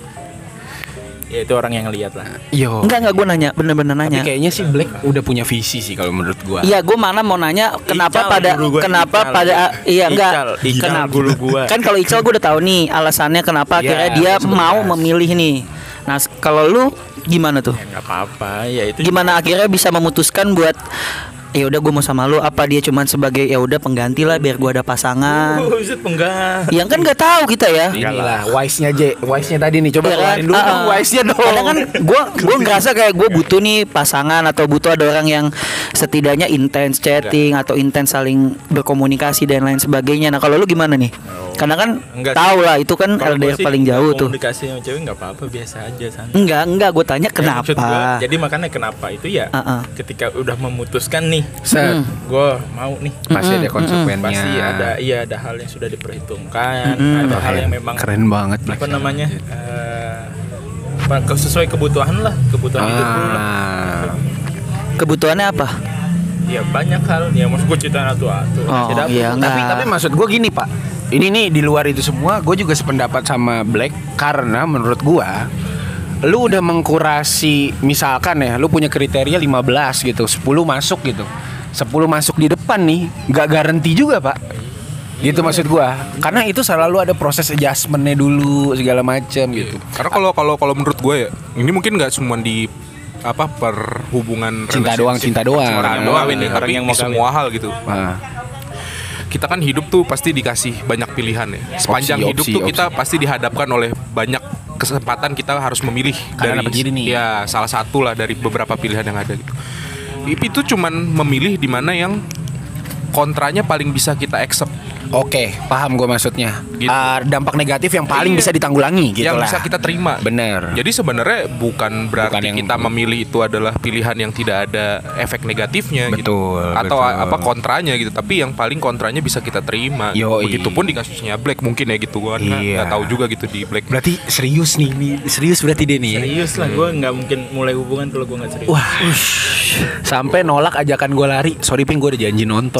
Ya itu orang yang lihat lah. Yo. Enggak enggak gue nanya, bener-bener Tapi nanya. kayaknya sih Black udah punya visi sih kalau menurut gue. Iya, gue mana mau nanya kenapa Ical, pada guru gua, kenapa Ical. pada iya enggak Ical, Ical, kenapa guru gua. kan kalau Ical gue udah tahu nih alasannya kenapa Iya, akhirnya dia sebentar. mau memilih nih. Nah, s- kalau lu gimana tuh? Nggak apa-apa, ya itu. Gimana akhirnya bisa memutuskan buat ya udah gue mau sama lu, apa dia cuman sebagai ya udah pengganti lah biar gue ada pasangan. Oh, buset, enggak. Yang kan nggak tahu kita ya. Inilah wise-nya J, wise-nya tadi nih. Coba Iya kan? keluarin dulu Ah, dong ah. wise-nya dong. Kadang kan gue gue ngerasa kayak gue butuh nih pasangan atau butuh ada orang yang setidaknya intens chatting atau intens saling berkomunikasi dan lain sebagainya. Nah kalau lu gimana nih? Karena kan Enggak tahu sih. lah itu kan Kalau L D gua R sih paling jauh tuh. komunikasi sama cewek nggak apa-apa, biasa aja santai. Enggak enggak gue tanya Ya, maksud kenapa? gua, jadi makanya kenapa itu ya? Ah, ah. Ketika udah memutuskan nih, Set. gue mau nih. Pasti ada Mm-mm, konsekuensinya. Pasti ada, iya ada hal yang sudah diperhitungkan, Mm-mm. ada hal yang memang Keren banget Black. apa namanya eh, apa, ke- sesuai kebutuhan lah, kebutuhan hidup lu lah. Ah. Kebutuhannya apa? Ya banyak hal, ya maksud gue cerita atu-atu. Oh, Masih dapet. iya, enggak. Tapi tapi maksud gue gini Pak. Ini nih di luar itu semua, gue juga sependapat sama Black karena menurut gue, lu udah mengkurasi misalkan ya, lu punya kriteria lima belas gitu, sepuluh masuk gitu, sepuluh masuk di depan nih, nggak garanti juga Pak. Gitu maksud gue. Karena itu selalu ada proses adjustmentnya dulu segala macam gitu. Karena kalau kalau kalau menurut gue ya, ini mungkin nggak cuma di apa perhubungan Cinta relationship, doang, cinta doang. orang yang Orang doang yang ini, mau kawin, tapi orang yang di mau kawin. semua hal gitu. Nah, Kita kan hidup tuh pasti dikasih banyak pilihan ya. Sepanjang Opsi, hidup opsi, tuh kita opsi. pasti dihadapkan oleh banyak kesempatan, kita harus memilih Karena dari dapat gini nih. ya salah satu lah dari beberapa pilihan yang ada gitu. Itu cuman memilih di mana yang kontranya paling bisa kita accept. Oke, paham gue maksudnya. Gitu. Ah, dampak negatif yang paling Iya. bisa ditanggulangi gitu yang lah. bisa kita terima. Bener. Jadi sebenarnya bukan berarti Bukan yang- kita memilih itu adalah pilihan yang tidak ada efek negatifnya gitu. Betul, Atau betul. apa kontranya gitu, tapi yang paling kontranya bisa kita terima. Yoi. Begitupun di kasusnya Black mungkin ya gitu kan. Iya. Nggak tahu juga gitu di Black. Berarti serius nih, nih serius berarti dia nih. Serius lah, gue nggak mungkin mulai hubungan kalau gue nggak serius. Wah, sampai nolak ajakan gue lari. Sorry Ping, gue udah janji nonton.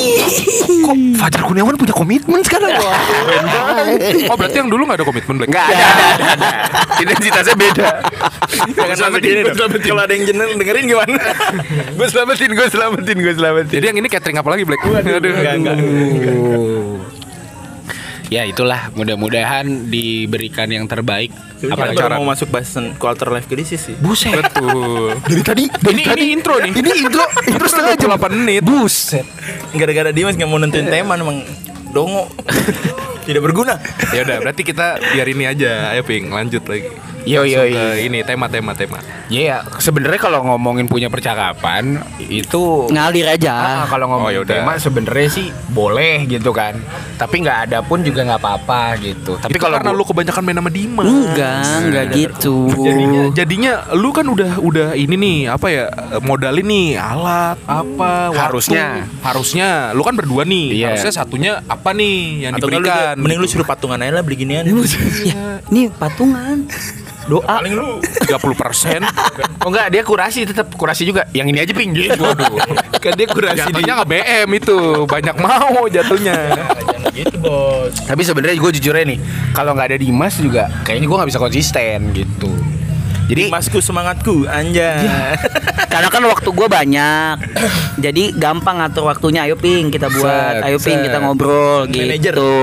Kok Fajar Kurniawan punya komitmen sekarang? Wah, keren banget. Oh berarti yang dulu nggak ada komitmen Black? Nggak ada, ada, ada, ada. Intensitasnya beda. Jangan sampai gini dong. Kalau ada yang jenuh dengerin gimana? Gue selamatin, gue selamatin, gue selamatin. Jadi yang ini catering apa lagi Black? Aduh. Enggak, enggak. Ya itulah, mudah-mudahan diberikan yang terbaik. Apa Apa cara cara? mau masuk bahasan quarter life crisis sih? Buset. Betul. Dari tadi, dari Ini- tadi ini intro nih. Ini intro, intro setengah jam delapan menit. Buset. Gara-gara Dimas nggak mau nentuin tema, emang dongo. Tidak berguna. Ya udah, berarti kita biar ini aja. Ayo Ping, lanjut lagi. Yo, yo, Langsung ke yo. ini tema-tema tema. Iya, sebenarnya kalau ngomongin punya percakapan itu Ngalir aja. Ah, kalau Oh, ngomongin yaudah. tema sebenarnya sih boleh gitu kan. Tapi nggak ada pun juga nggak apa-apa gitu. Tapi Itu kalau karena gua- lu kebanyakan main sama Dimas. Enggak, enggak gitu. Jadinya, jadinya lu kan udah udah ini nih apa ya modalin nih alat apa waktu. Harusnya. harusnya lu kan berdua nih Iya. harusnya satunya apa nih yang Atau nggak lu diberikan mending lu suruh patungan aja lah beli ginian. Ya, ini patungan. Doa. Paling lu tiga puluh persen. Oh enggak, dia kurasi tetap kurasi juga. Yang ini aja pinggir. Waduh. Kan dia kurasi jatuhnya nggak B M itu, banyak mau jatuhnya. jangan gitu bos. Tapi sebenarnya gue jujur aja nih, kalau nggak ada Dimas juga kayaknya gue nggak bisa konsisten gitu. Jadi Masku semangatku anjay. Karena kan waktu gue banyak, jadi gampang ngatur waktunya. Ayo Ping kita buat, Set, ayo Ping set. kita ngobrol Manager. gitu.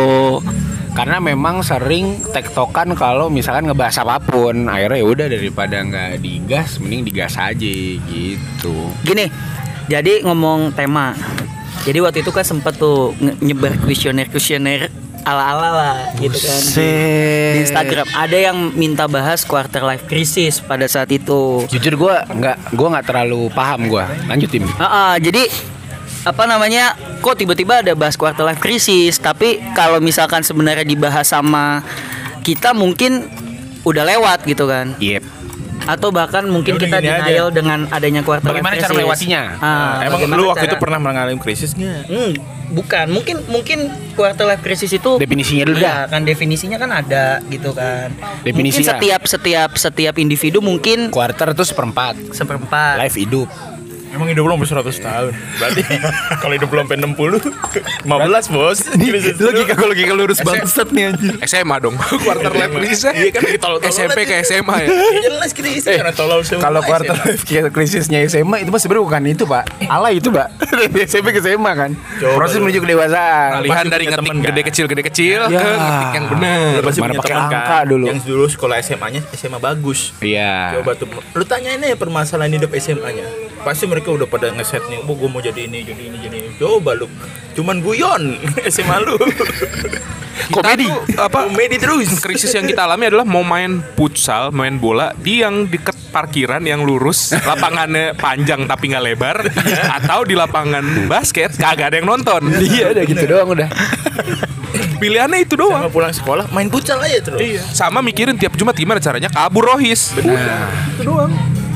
karena memang sering tektokan kalau misalkan ngebahas apapun, akhirnya ya udah daripada nggak digas, mending digas aja gitu. Gini, jadi ngomong tema. Jadi waktu itu kan sempet tuh nge- nyebar kuesioner-kuesioner ala-ala lah gitu kan di, di Instagram. Ada yang minta bahas quarter life crisis pada saat itu. Jujur gue nggak gue nggak terlalu paham gue. Lanjutin. Heeh, jadi apa namanya, kok tiba-tiba ada bahas quarter life crisis, tapi kalau misalkan sebenarnya dibahas sama kita mungkin udah lewat gitu kan. Yep. Atau bahkan mungkin Ya udah kita gini aja. denial dengan adanya quarter Bagaimana life cara crisis. melewatinya? Ah, Emang bagaimana lu waktu cara- itu pernah mengalami krisis nggak? Hmm, bukan. Mungkin mungkin quarter life crisis itu Definisinya dulu ya, kan definisinya kan ada gitu kan. Definisinya. Mungkin setiap setiap setiap individu mungkin Quarter tuh seperempat. seperempat. Life hidup. Emang hidup lu sampai seratus tahun. Berarti kalau hidup lu sampai enam puluh, lima belas bos. Krisis lu. Logika logika lurus bangsat nih anjir. S M A dong. Quarter life crisis. Iya kan ditolol-tolol S M P ke S M A ya. Ya jelas krisis karena tolol semua. Kalau quarter life krisisnya S M A itu mah sebenarnya bukan itu, Pak. Alay itu, Pak. Dari S M P ke S M A kan. Coba Proses lu. menuju kedewasaan. Alihan Pasti dari punya ngetik temen, kan? gede kecil gede kecil Ya. ke ngetik yang benar. Lu pasti Mana punya pakai teman angka kan dulu. yang dulu sekolah S M A-nya S M A bagus. Iya. Coba tuh lu tanyain aja permasalahan hidup S M A-nya. Pasti mereka udah pada ngeset nih, "Oh, gue mau jadi ini, jadi ini, jadi ini." Coba lu. Cuman guyon S M A lu. Komedi apa? Komedi terus. Krisis yang kita alami adalah mau main futsal, main bola di yang deket parkiran yang lurus, lapangannya panjang tapi nggak lebar, atau di lapangan basket kagak ada yang nonton. Iya, udah gitu doang udah. Pilihannya itu Sama doang. pulang sekolah main futsal aja terus. Iya. Sama mikirin tiap Jumat gimana caranya kabur rohis. Nah. Itu doang.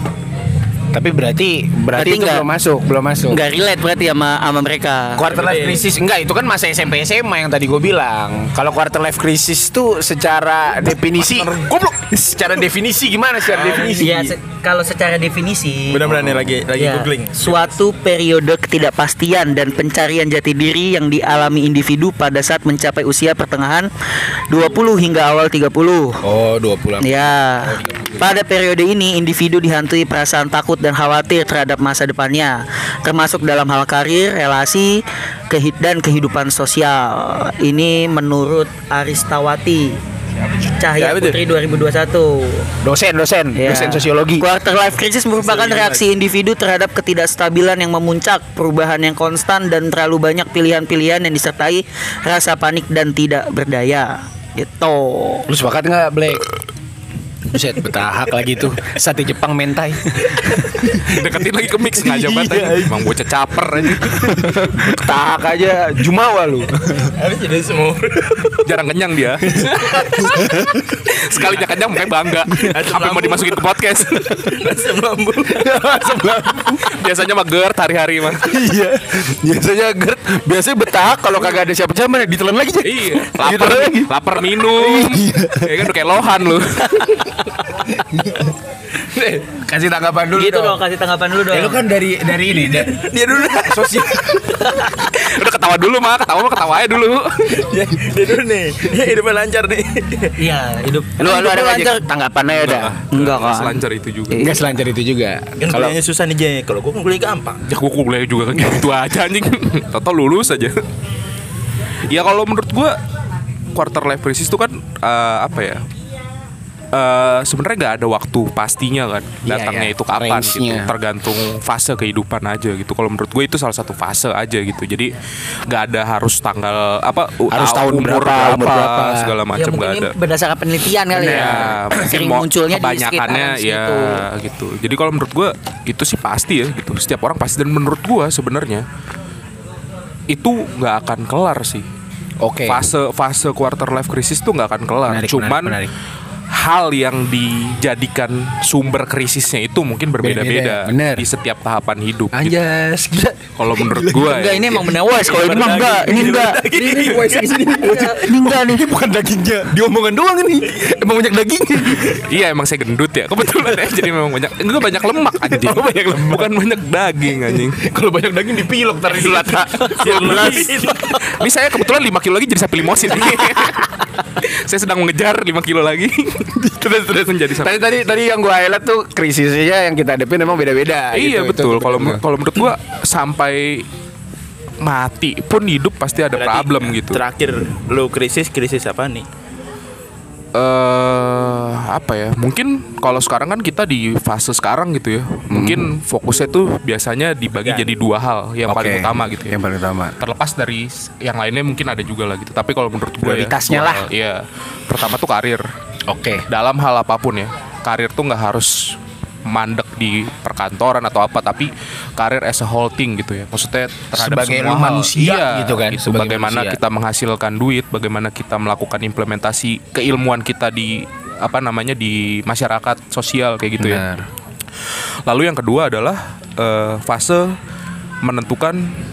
Tapi berarti berarti Berarti itu enggak- belum masuk, belum masuk. Nggak relate berarti sama sama mereka. Quarter life crisis enggak, itu kan masa S M P S M A yang tadi gue bilang. Kalau quarter life crisis tuh secara definisi goblok. Secara definisi gimana secara definisi? Iya, se- kalau secara definisi Benar-benar nih lagi lagi ya, googling. suatu periode ketidakpastian dan pencarian jati diri yang dialami individu pada saat mencapai usia pertengahan dua puluh hingga awal tiga puluh. Oh, dua puluh. Ya, pada periode ini individu dihantui perasaan takut dan khawatir terhadap masa depannya, termasuk dalam hal karir, relasi, kehid- dan kehidupan sosial. Ini menurut Aristawati Cahaya Ya, betul. Putri dua ribu dua puluh satu. Dosen, dosen, Ya. dosen sosiologi. Quarter life crisis merupakan reaksi individu terhadap ketidakstabilan yang memuncak, perubahan yang konstan, dan terlalu banyak pilihan-pilihan yang disertai rasa panik dan tidak berdaya. Gitu. Lu sepakat nggak, Black? Buset, betahak lagi tuh. Sate Jepang mentai. Deketin lagi ke mix ngajak banget aja. Emang bocah caper aja. Betahak aja, jumawa lu. Habis jadi semua. Jarang kenyang dia. Sekalinya kenyang mukanya bangga. Apa mau dimasukin ke podcast? Asam lambung. Biasanya mah GERD hari-hari mah. Iya. Biasanya Gert, biasanya betahak kalau kagak ada siapa-siapa mana ditelan lagi aja. Iya, lapar Ditelan lagi. lapar minum. Ya kan udah kayak lohan lu. Kasih tanggapan dulu Gitu dong, kasih tanggapan dulu dong. Ya lu kan dari dari ini da- Dia dulu dah. sosial. Udah ketawa dulu mah, ketawa mah ketawa aja dulu. Dia, dia dulu nih. Dia hidupnya lancar nih. Iya, hidup. Lu lu ada lancar. aja tanggapannya ya dah. Enggak kan? Selancar itu juga. Enggak selancar itu juga. Kan Kalau kuliahnya susah nih, Jay. Kalau gua kan kuliah gampang. Ya gua kuliah juga kan gitu aja anjing. Toto lulus aja. Ya kalau menurut gua quarter life crisis itu kan eh, apa ya? Eh sebenarnya nggak ada waktu pastinya kan Iya, datangnya iya. itu kapan gitu, Range-nya. tergantung fase kehidupan aja gitu. Kalau menurut gue itu salah satu fase aja gitu. Jadi nggak ada harus tanggal apa u- Harus tahun umur berapa, umur berapa. segala Ya macam mungkin nggak ini ada. berdasarkan penelitian kali ya. Ya, mungkin Sering mau munculnya di kebanyakannya sekitaran ya situ. gitu. Jadi kalau menurut gua itu sih pasti ya gitu. Setiap orang pasti, dan menurut gua sebenarnya itu nggak akan kelar sih. Oke. Fase fase quarter life crisis tuh nggak akan kelar. Menarik, Cuman menarik, menarik. hal yang dijadikan sumber krisisnya itu mungkin berbeda-beda Beda-beda, bener. di setiap tahapan hidup. Gitu. Anjas, gila. Kalau menurut gue, Enggak, ini emang bener wise. Kalau ini mah enggak, ini enggak. Ini ini wise di sini. Ini enggak nih. Ini bukan dagingnya, diomongan doang ini. Emang banyak dagingnya. iya emang saya gendut ya kebetulan ya. Jadi memang banyak, enggak banyak lemak anjing. Oh, banyak lemak. Bukan banyak daging anjing. Kalau banyak daging dipilok taruh di lata. Ini saya kebetulan lima kilo lagi jadi sapi limosin. Saya sedang mengejar lima kilo lagi. Terus terus menjadi sapi. Tadi tadi tadi yang gua highlight tuh krisisnya yang kita hadapin memang beda-beda. Iya gitu. betul. Itu- Kalau itu- kalau menurut gua sampai mati pun hidup pasti ada Berarti problem gitu. Terakhir lu krisis krisis apa nih? eh apa ya? Mungkin kalau sekarang kan kita di fase sekarang gitu ya. Mungkin fokusnya tuh biasanya dibagi Ya. jadi dua hal yang Oke. paling utama gitu ya. Yang paling utama. Terlepas dari s- yang lainnya mungkin ada juga lah gitu. Tapi kalau menurut gue Prioritasnya ya, lah. dua hal. Iya. Pertama tuh karir. Oke. Dalam hal apapun ya. Karir tuh nggak harus mandek di perkantoran atau apa, tapi karir as a whole thing gitu ya. Maksudnya terhadap Sebagai semua lu hal. manusia Iya, gitu kan, Itu sebagai bagaimana manusia. kita menghasilkan duit, bagaimana kita melakukan implementasi keilmuan kita di apa namanya di masyarakat sosial kayak gitu ya. Benar. Lalu yang kedua adalah eh, fase menentukan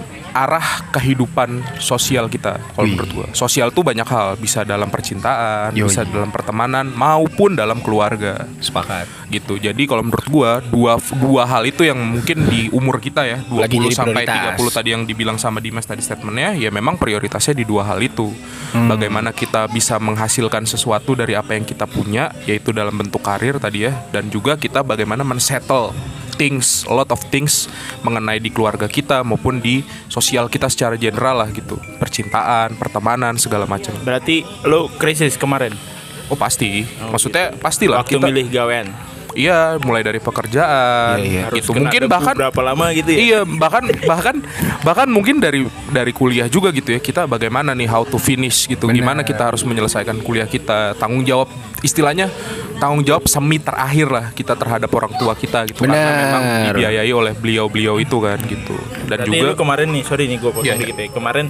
arah kehidupan sosial kita. Kalau Wih. menurut gua, sosial tuh banyak hal, bisa dalam percintaan, Yoi. bisa dalam pertemanan maupun dalam keluarga. Sepakat. Gitu. Jadi kalau menurut gua dua dua hal itu yang mungkin di umur kita ya dua Lagi puluh jadi sampai prioritas. tiga puluh tadi yang dibilang sama Dimas tadi statementnya, ya memang prioritasnya di dua hal itu. Hmm. Bagaimana kita bisa menghasilkan sesuatu dari apa yang kita punya, yaitu dalam bentuk karir tadi ya, dan juga kita bagaimana men-settle things, a lot of things mengenai di keluarga kita maupun di sosial kita secara general lah gitu. Percintaan, pertemanan, segala macam. Berarti lu krisis kemarin Oh pasti. Maksudnya pastilah waktu kita milih gawean. iya, mulai dari pekerjaan Iya, iya. Harus gitu. kena Mungkin debu bahkan berapa lama gitu ya? Iya, bahkan bahkan bahkan mungkin dari dari kuliah juga gitu ya. Kita bagaimana nih how to finish gitu. Benar. Gimana kita harus menyelesaikan kuliah kita. Tanggung jawab istilahnya tanggung jawab semi terakhir lah kita terhadap orang tua kita gitu. Karena Benar. memang dibiayai oleh beliau-beliau itu kan gitu. Dan Berarti juga lu kemarin nih, sorry nih gue potong Iya, dikit ya. Kemarin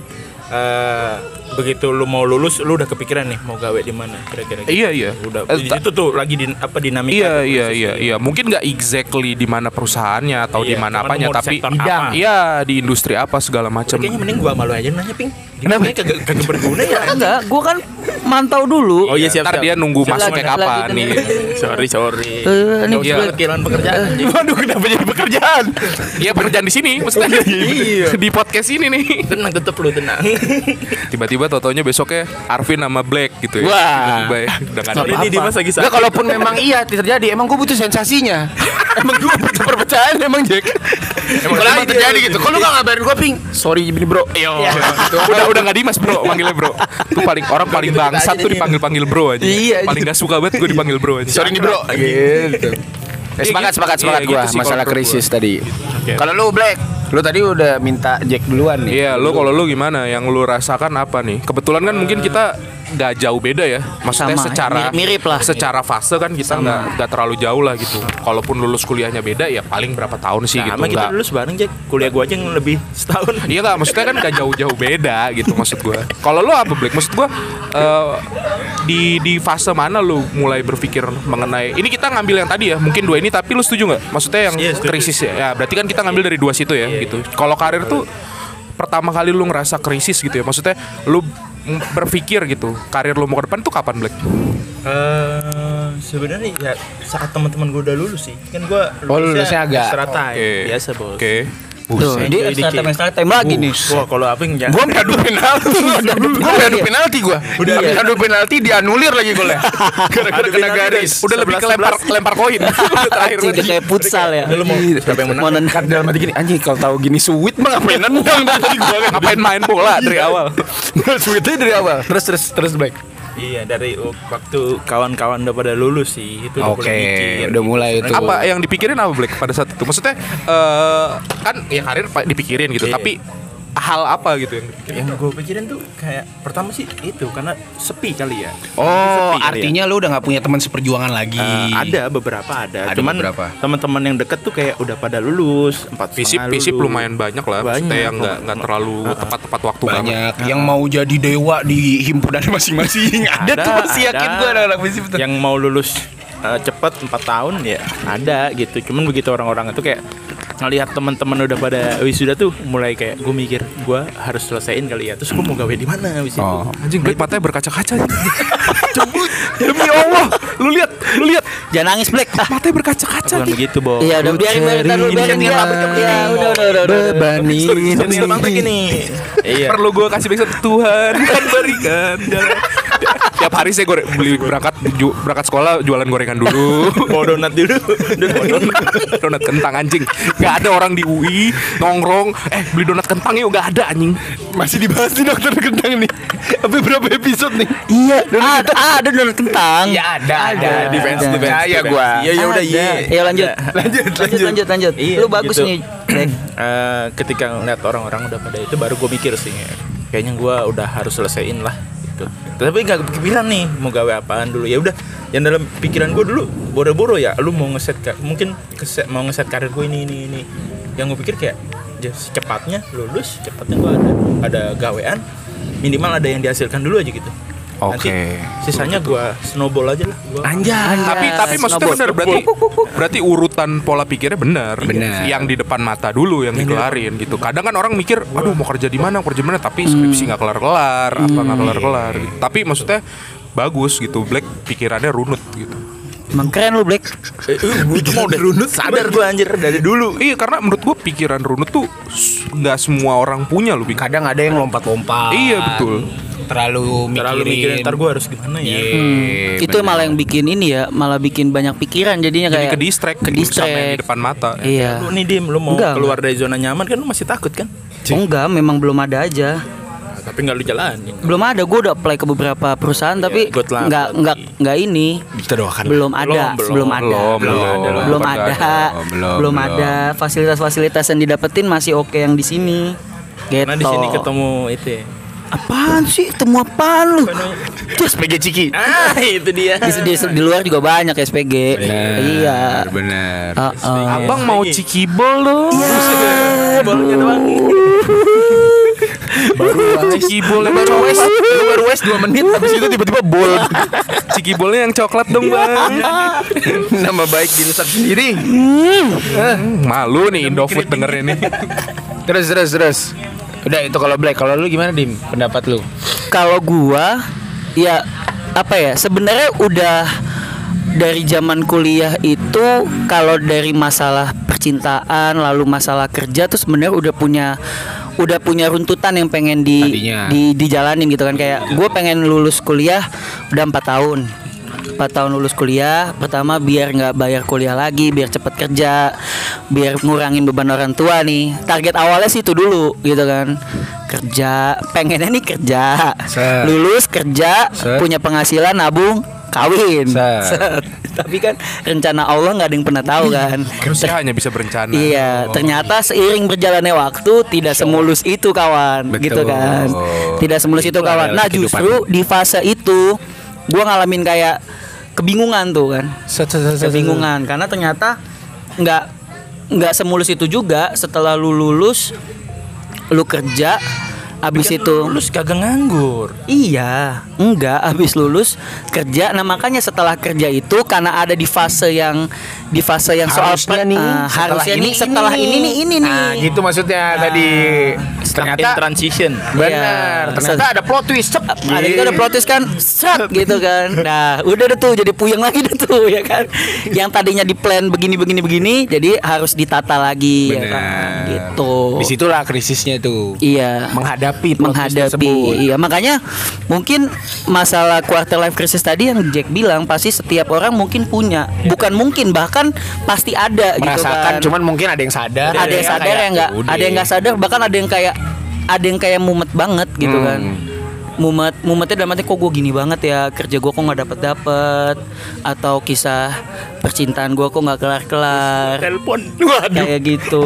eh, begitu lu mau lulus, lu udah kepikiran nih mau gawe di mana kira-kira? gitu? Iya, iya. Udah Eh, di ta- situ tuh lagi di apa dinamika? Iya tuh iya krisis iya tuh. iya mungkin nggak exactly di mana perusahaannya atau Iya, di mana cuman apanya mau di tapi sektor bidang. apa? iya di industri apa segala macam. Kayaknya mending gua malu aja nanya, Ping. Kenapa? Kagak kagak berguna ya. Enggak, gua kan mantau dulu. Oh iya siap. Ntar siap. dia nunggu Siap, masuknya siap. kapan lagi nih. Sorry sorry. Eh, ini Nggak usah iya. kehilangan pekerjaan. anjing. Waduh, kenapa jadi pekerjaan? Iya pekerjaan di sini maksudnya Iya. di podcast ini nih. Tenang, tetep lu tenang. Tiba-tiba totonya besoknya Arvin sama Black gitu ya. Wah. Tiba-tiba ya, udah nggak ada. Sorry nih Dimas lagi Enggak, sakit. kalaupun memang iya terjadi, emang gue butuh sensasinya. Emang gue butuh perpecahan emang Jack. Emang kalau emang terjadi gitu. Kalau lu gak ngabarin gue, Ping. Sorry ini bro. Yo, udah udah nggak Dimas bro, manggilnya bro. Tuh paling orang paling gitu-gitu bangsat aja tuh nih. dipanggil panggil bro aja. Iya, Paling gak suka banget gue dipanggil bro aja. Sorry nih bro. Gitu. Eh, sepakat, gitu. sepakat, sepakat Iya, gue gitu sih masalah kalau menurut krisis gua. tadi. Oke. Kalau lu Black, lu tadi udah minta Jack duluan nih. Iya, lu kalau lu gimana? Yang lu rasakan apa nih? Kebetulan kan mungkin kita nggak jauh beda ya. Maksudnya Sama, secara mirip-mirip lah. Secara fase kan kita nggak nggak terlalu jauh lah gitu. Kalaupun lulus kuliahnya beda ya paling berapa tahun sih gitu. Sama kita Nggak- lulus bareng, Jack. Kuliah gua aja yang lebih setahun. Iya nggak, maksudnya kan gak jauh-jauh beda gitu maksud gue. Kalau lu apa Black? Maksud gue eh, di di fase mana lu mulai berpikir mengenai ini kita ngambil yang tadi ya, mungkin dua ini tapi lu setuju nggak? Maksudnya yang Iya, setuju. krisis ya. Ya berarti kan kita ngambil dari dua situ ya gitu. Kalau karir tuh pertama kali lu ngerasa krisis gitu ya. Maksudnya lu m- berpikir gitu karir lu mau ke depan tuh kapan Black? Eh, sebenarnya ya saat teman-teman gue udah lulus sih. Kan gue Oh, lulusnya agak- extra time. Oke. Biasa, Bos. Oke. Tuh, Buset. dia extra time extra time lagi nih. Wah, kalau apa yang Gue adu penalti. Gue adu penalti gue. Udah Iya. adu penalti dianulir lagi golnya. Gara-gara Adu kena penalti, garis. guys. Udah lebih ke sebelas lempar lempar koin. Terakhir Anjing, udah kayak futsal ya. Lu mau siapa yang menang? Mau nendang. Kan dalam hati gini, anjing kalau tahu gini sweet mah ngapain nendang dari tadi gue kan. Ngapain main bola dari awal? Sweetnya dari awal. Terus terus terus baik. Iya, dari uh, waktu kawan-kawan udah pada lulus sih. Itu udah Oke, mulai mikir. udah mulai itu. Apa yang dipikirin apa Black pada saat itu? Maksudnya eh, kan ya karir pa- dipikirin gitu, Iya. tapi hal apa gitu yang Yang gue pikirin tuh kayak pertama sih itu karena sepi kali ya. Oh, Sepi kali artinya lu udah nggak punya teman seperjuangan lagi. Eh, ada beberapa ada, Ada cuman beberapa. teman-teman yang deket tuh kayak udah pada lulus empat visip setengah visip lulus. lumayan banyak lah, Banyak. maksudnya yang nggak nggak terlalu tepat-tepat waktu banget. Banyak yang mau jadi dewa di himpunan masing-masing. Ada, tuh masih yakin ada. gue anak-anak visip tuh. Yang mau lulus eh, cepat empat tahun ya ada gitu. Cuman begitu orang-orang itu kayak ngelihat teman-teman udah pada wisuda tuh mulai kayak gue mikir gue harus selesaiin kali ya. Terus gue mau gawe di mana wis itu. Oh. Anjing, Black matanya berkaca-kaca. Demi Allah, lu lihat, lu lihat, Jangan nangis Black. Ah, matanya berkaca-kaca. Bukan begitu, Bo. iya udah biarin biarin ntar dulu, biarin Ini biarin. kan ini. Iya udah udah udah. udah. Bebani. Serius banget gini. Iya. Perlu gue kasih backsound, Tuhan kan berikan jalan. Tiap hari saya gore- beli berangkat ju- berangkat sekolah jualan gorengan dulu. Bawa donat dulu. donat, donat kentang anjing. Gak ada orang di U I nongkrong, eh beli donat kentang yuk, gak ada anjing. Masih dibahas di dokter kentang nih. Sampai berapa episode nih? Iya, ada ada donat kentang. Ya ada, ada. Ada. Defense, Ada. defense. Ya gua. Iya ya udah iya. Iya lanjut. Lanjut, Lanjut lanjut lanjut. Iya, Lu bagus gitu. nih Black. Eh, ketika ngeliat orang-orang udah pada itu baru gue mikir sih kayaknya gue udah harus selesaiin lah gitu. Tapi nggak kepikiran nih mau gawe apaan dulu. Ya udah, yang dalam pikiran gue dulu boro-boro ya lu mau ngeset ka- mungkin keset, mau ngeset karir gue ini ini ini. Yang gue pikir kayak ya, secepatnya lulus, cepatnya gue ada ada gawean, minimal ada yang dihasilkan dulu aja gitu. Nanti Oke. sisanya gue snowball aja lah. Gua Anjay. Tapi tapi maksudnya snowball. benar, berarti berarti urutan pola pikirnya benar. Benar. Yang di depan mata dulu yang dikelarin gitu. Kadang kan orang mikir, aduh mau kerja di mana, kerja di mana, tapi skripsi nggak kelar-kelar, apa nggak kelar-kelar. Gitu. Tapi maksudnya bagus gitu, Black pikirannya runut gitu. Emang keren lu Black. Eh, itu mau udah runut sadar gue anjir dari dulu. Iya, karena menurut gua pikiran runut tuh s- nggak semua orang punya loh. Bing. Kadang ada yang lompat-lompat. Iya betul. Terlalu mikirin. Terlalu mikirin ntar gue harus gimana ya. Iya, Hmm, itu benar. malah yang bikin ini ya, malah bikin banyak pikiran jadinya Jadi kayak ke distract, ke gitu, sama yang di distract. depan mata. Iya. Lu nih Dim, lu mau Enggak, keluar dari zona nyaman kan lu masih takut kan? Oh, enggak, memang belum ada aja. Nah, tapi nggak lu jalanin. Belum ada, gue udah apply ke beberapa perusahaan tapi good luck nggak lagi. nggak nggak ini. Kita doakan. Belum ada, Belum, belum. belum ada, Belum, belum, belum, belum ada, ada. Oh, belum, belum belum. ada. Fasilitas-fasilitas yang didapetin masih oke yang di sini. Gitu. Karena di sini ketemu itu ya. Apaan sih? Temu apaan lu? S P G Ciki. Ah, itu dia. Di, di, di luar juga banyak S P G. Iya. Benar. Ah, ah. Abang mau cikibol dong. Bolanya doang. Baru cikibol yang cowes. Lu baru wes dua menit habis itu tiba-tiba bol. Cikibolnya yang coklat dong, Bang. Nama baik dirusak sendiri. Malu nih Indofood dengernya nih. Terus terus terus. Udah itu kalau Black, kalau lu gimana Dim? Pendapat lu? Kalau gua ya apa ya, sebenarnya udah dari zaman kuliah itu kalau dari masalah percintaan lalu masalah kerja tuh sebenarnya udah punya udah punya runtutan yang pengen di, Tadinya. di dijalanin gitu kan. Kayak gue pengen lulus kuliah udah empat tahun empat tahun lulus kuliah. Pertama biar nggak bayar kuliah lagi, biar cepet kerja, biar ngurangin beban orang tua nih. Target awalnya sih itu dulu gitu kan. Kerja, pengennya nih kerja, Set. lulus kerja, Set. punya penghasilan, nabung, kawin. Set. Set. Tapi kan rencana Allah nggak ada yang pernah tahu kan. Manusia hanya bisa berencana. Iya, ternyata seiring berjalannya waktu tidak semulus itu kawan, Betul. gitu kan. Tidak semulus itu, Itu kawan. adalah Nah, justru di fase itu gua ngalamin kayak kebingungan tuh kan. Kebingungan karena ternyata nggak nggak semulus itu juga. Setelah lu lulus, lu kerja, abis itu lulus kagak nganggur. iya, enggak, habis lulus kerja. Nah makanya setelah kerja itu karena ada di fase yang di fase yang soal Harusnya pe- nih, ah, setelah harusnya ini, nih setelah ini ini nih ini nih. Nah, gitu maksudnya tadi. Stuck in Ternyata transition. benar. Iya. Ternyata ada plot twist. Cep. Ada itu ada plot twist kan, seret gitu kan. Nah, udah deh tuh jadi puyeng lagi deh tuh ya kan. Yang tadinya di plan begini begini begini, jadi harus ditata lagi ya kan. Benar. Gitu. Disitulah krisisnya tuh. Iya. Menghadapi plot twist menghadapi tersebut. iya makanya mungkin masalah quarter life crisis tadi yang Jack bilang pasti setiap orang mungkin punya, bukan mungkin bahkan pasti ada Merasakan, gitu kan. cuman mungkin ada yang sadar. Ada yang sadar yang enggak, ada yang enggak sadar, bahkan ada yang kayak ada yang kayak mumet banget gitu Hmm. kan. mumet mumetnya dalam arti kok gue gini banget ya, kerja gue kok nggak dapet dapet, atau kisah percintaan gue kok nggak kelar kelar, Telepon. kayak gitu.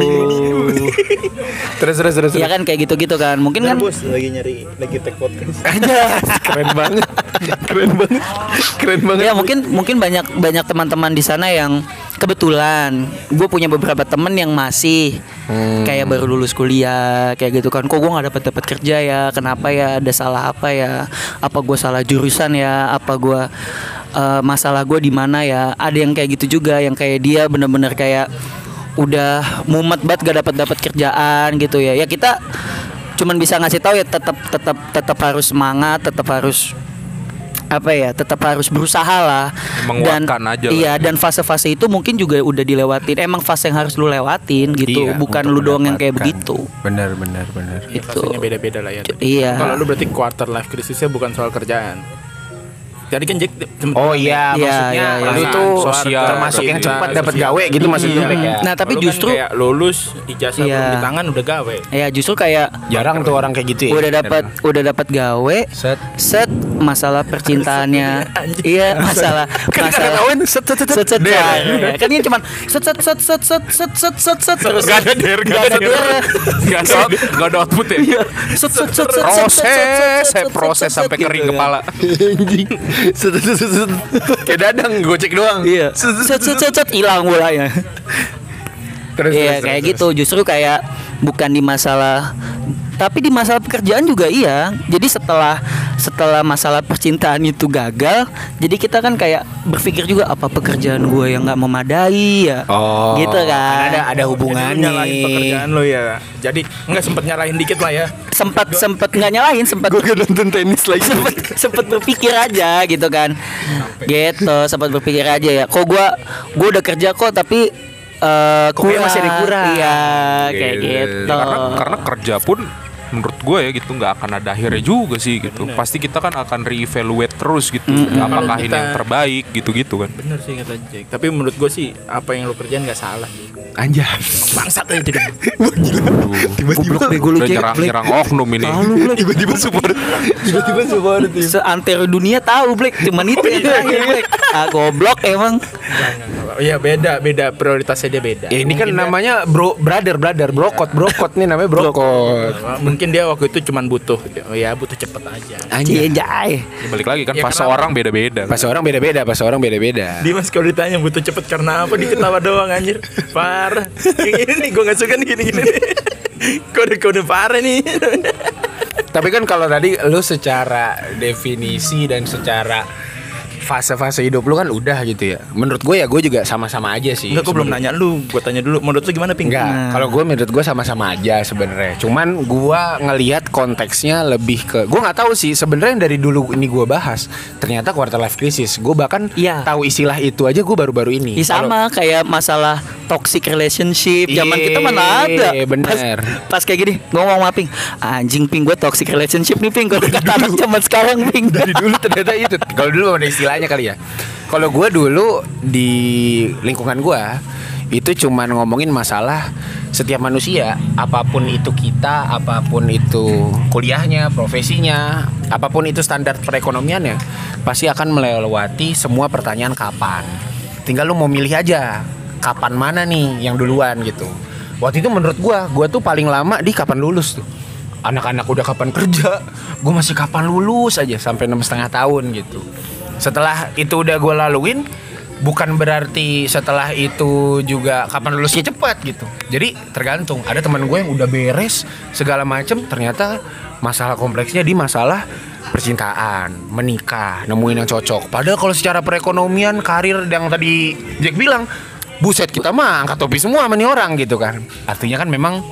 Terus terus terus. Ya kan kayak gitu gitu kan, mungkin kan. Bos lagi nyari lagi tag podcast. Aja keren banget. Keren banget. Keren banget. Ya mungkin mungkin banyak banyak teman-teman di sana yang kebetulan gue punya beberapa temen yang masih Hmm. kayak baru lulus kuliah kayak gitu kan, kok gue nggak dapat dapat kerja ya, kenapa ya, ada salah apa ya, apa gue salah jurusan ya, apa gue uh, masalah gue di mana ya, ada yang kayak gitu juga, yang kayak dia bener-bener kayak udah mumet banget gak dapat dapat kerjaan gitu ya. Ya kita cuman bisa ngasih tahu ya, tetap tetap tetap harus semangat, tetap harus apa ya, tetap harus berusaha lah. Menguatkan aja lah. Iya, dan fase-fase itu mungkin juga udah dilewatin. Emang fase yang harus lu lewatin gitu, Iya, bukan untuk lu doang yang kayak mendapatkan. begitu. Benar benar benar. Ya, Itu. fasenya beda-beda lah ya. Iya. Kalau lu berarti quarter life crisisnya bukan soal kerjaan. Jadi kan Jack sempet Oh bilang iya, Iya, maksudnya iya, iya. lu tuh Sosial, termasuk yang gitu. cepat dapat Sosial. gawe gitu maksudnya. Iya. ya. Nah, tapi Lu justru kan kayak lulus ijazah Iya. belum di tangan udah gawe. ya justru kayak Jarang tuh orang kayak gitu ya. udah dapat udah dapat gawe, Set. set masalah percintaannya. Iya, masalah masalah kawin set set set set set der. ya. Kan ini cuman set set set set set set set set set terus Gak ada der, gak ada der. Nggak ada nggak ada output ya. Iya. Set set set set set set set Proses, set, saya set, proses set, sampai set, kering gitu, kepala. Anjing. Set set set set. Kayak dadang gocek doang. Iya. Set set set set hilang bolanya. Terus Iya terus, kayak terus, gitu, justru kayak bukan di masalah, tapi di masalah pekerjaan juga iya. Jadi setelah setelah masalah percintaan itu gagal, jadi kita kan kayak berpikir juga, apa pekerjaan gue yang nggak memadai ya, Oh, gitu kan. kan ada ada Jadi lu hubungannya. nyalahin pekerjaan lo ya. Jadi enggak sempet nyalahin dikit lah ya. Sempat sempat nggak nyalahin, sempat Gue nonton tenis lagi. sempet sempet berpikir aja gitu kan, gitu, sempat berpikir aja ya. Kok gue gue udah kerja kok, tapi eh kurang, masih ada kurang. iya kayak Gitu. gitu. karena karena kerja pun menurut gue ya gitu nggak akan ada akhirnya juga sih gitu. Pasti kita kan akan reevaluate terus gitu. Apakah ini Kita- yang terbaik gitu-gitu kan. Bener sih kata Jack. Tapi menurut gue sih apa yang lo kerjain nggak salah. Anjay. Bangsat aja tidak. Tiba-tiba Udah nyerang-nyerang oknum ini. tiba-tiba support. Tiba-tiba support. Seantero dunia tahu Black, cuman itu yang terakhir Black. Ah goblok emang. Iya beda beda prioritasnya dia beda. Ya ini kan Mungkin dia- namanya bro brother brother brokot brokot nih namanya brokot. mungkin dia waktu itu cuman butuh oh ya butuh cepet aja. Anjay. Cijai. Balik lagi kan Ya, fase kenapa? orang beda-beda. Pas orang beda-beda, pas orang beda-beda. Dimas kalau ditanya butuh cepet karena apa, diketawa doang anjir. Parah. Yang ini nih gue gak suka nih gini-gini. Kode-kode parah nih. Tapi kan kalau tadi lu secara definisi dan secara fase-fase hidup lu kan udah gitu ya. Menurut gue ya gue juga sama-sama aja sih. Enggak, gue belum sebenarnya. nanya lu. Gue tanya dulu. Menurut lu gimana, Ping? Enggak, Nah. kalau gue menurut gue sama-sama aja sebenarnya. Cuman gue ngelihat konteksnya lebih ke, gue nggak tahu sih sebenarnya yang dari dulu ini gue bahas. Ternyata quarter life crisis. Gue bahkan Iya. tahu istilah itu aja gue baru-baru ini. Ya, sama kayak masalah toxic relationship. Zaman Iya, kita mana ada. bener. Pas, pas kayak gini, ngomong sama Ping, anjing Ping, gue toxic relationship nih Ping. Kalau kata anak zaman sekarang Ping. Dari dulu ternyata itu. Kalau dulu ada istilahnya kali ya. Kalau gue dulu di lingkungan gue itu cuman ngomongin masalah setiap manusia, apapun itu kita, apapun itu kuliahnya, profesinya, apapun itu standar perekonomiannya, pasti akan melewati semua pertanyaan kapan. Tinggal lu mau milih aja kapan mana nih yang duluan gitu. Waktu itu menurut gue, gue tuh paling lama di kapan lulus tuh. Anak-anak udah kapan kerja, gue masih kapan lulus aja sampai enam setengah tahun gitu. Setelah itu udah gue laluin, bukan berarti setelah itu juga kapan lulusnya cepat gitu. Jadi tergantung. Ada teman gue yang udah beres segala macem, ternyata masalah kompleksnya di masalah percintaan, menikah, nemuin yang cocok. Padahal kalau secara perekonomian, karir yang tadi Jack bilang, buset kita mah angkat topi semua sama nih orang gitu kan. Artinya kan memang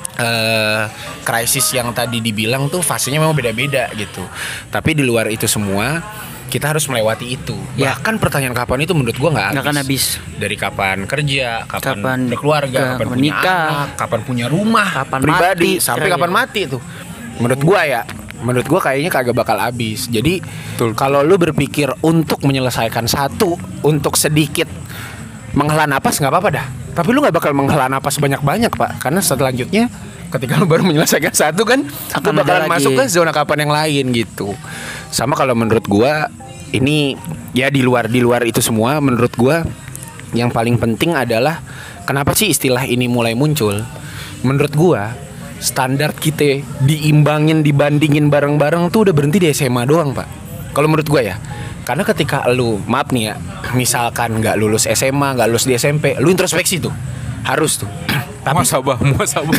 eh krisis yang tadi dibilang tuh fasenya memang beda-beda gitu. Tapi di luar itu semua kita harus melewati itu. Ya. Bahkan pertanyaan kapan itu menurut gua nggak habis. Nggak akan habis. Dari kapan kerja, kapan, Kapan berkeluarga, ke- kapan punya menikah, anak, kapan punya rumah, kapan pribadi, mati, sampai kira-kira. kapan mati tuh. Menurut gua ya, menurut gua kayaknya kagak bakal habis. Jadi Betul. kalau lu berpikir untuk menyelesaikan satu, untuk sedikit menghela napas nggak apa-apa dah. Tapi lu nggak bakal menghela napas banyak-banyak pak, karena selanjutnya ketika lu baru menyelesaikan satu kan Akan lu bakalan ada lagi. masuk ke zona kapan yang lain gitu. Sama kalau menurut gua ini ya di luar di luar itu semua, menurut gua yang paling penting adalah kenapa sih istilah ini mulai muncul? Menurut gua standar kita diimbangin dibandingin bareng-bareng tuh udah berhenti di S M A doang, Pak. Kalau menurut gua ya. Karena ketika lu, maaf nih ya, misalkan nggak lulus S M A, nggak lulus di S M P, lu introspeksi tuh, harus tuh. Tapi Muasabah, muasabah.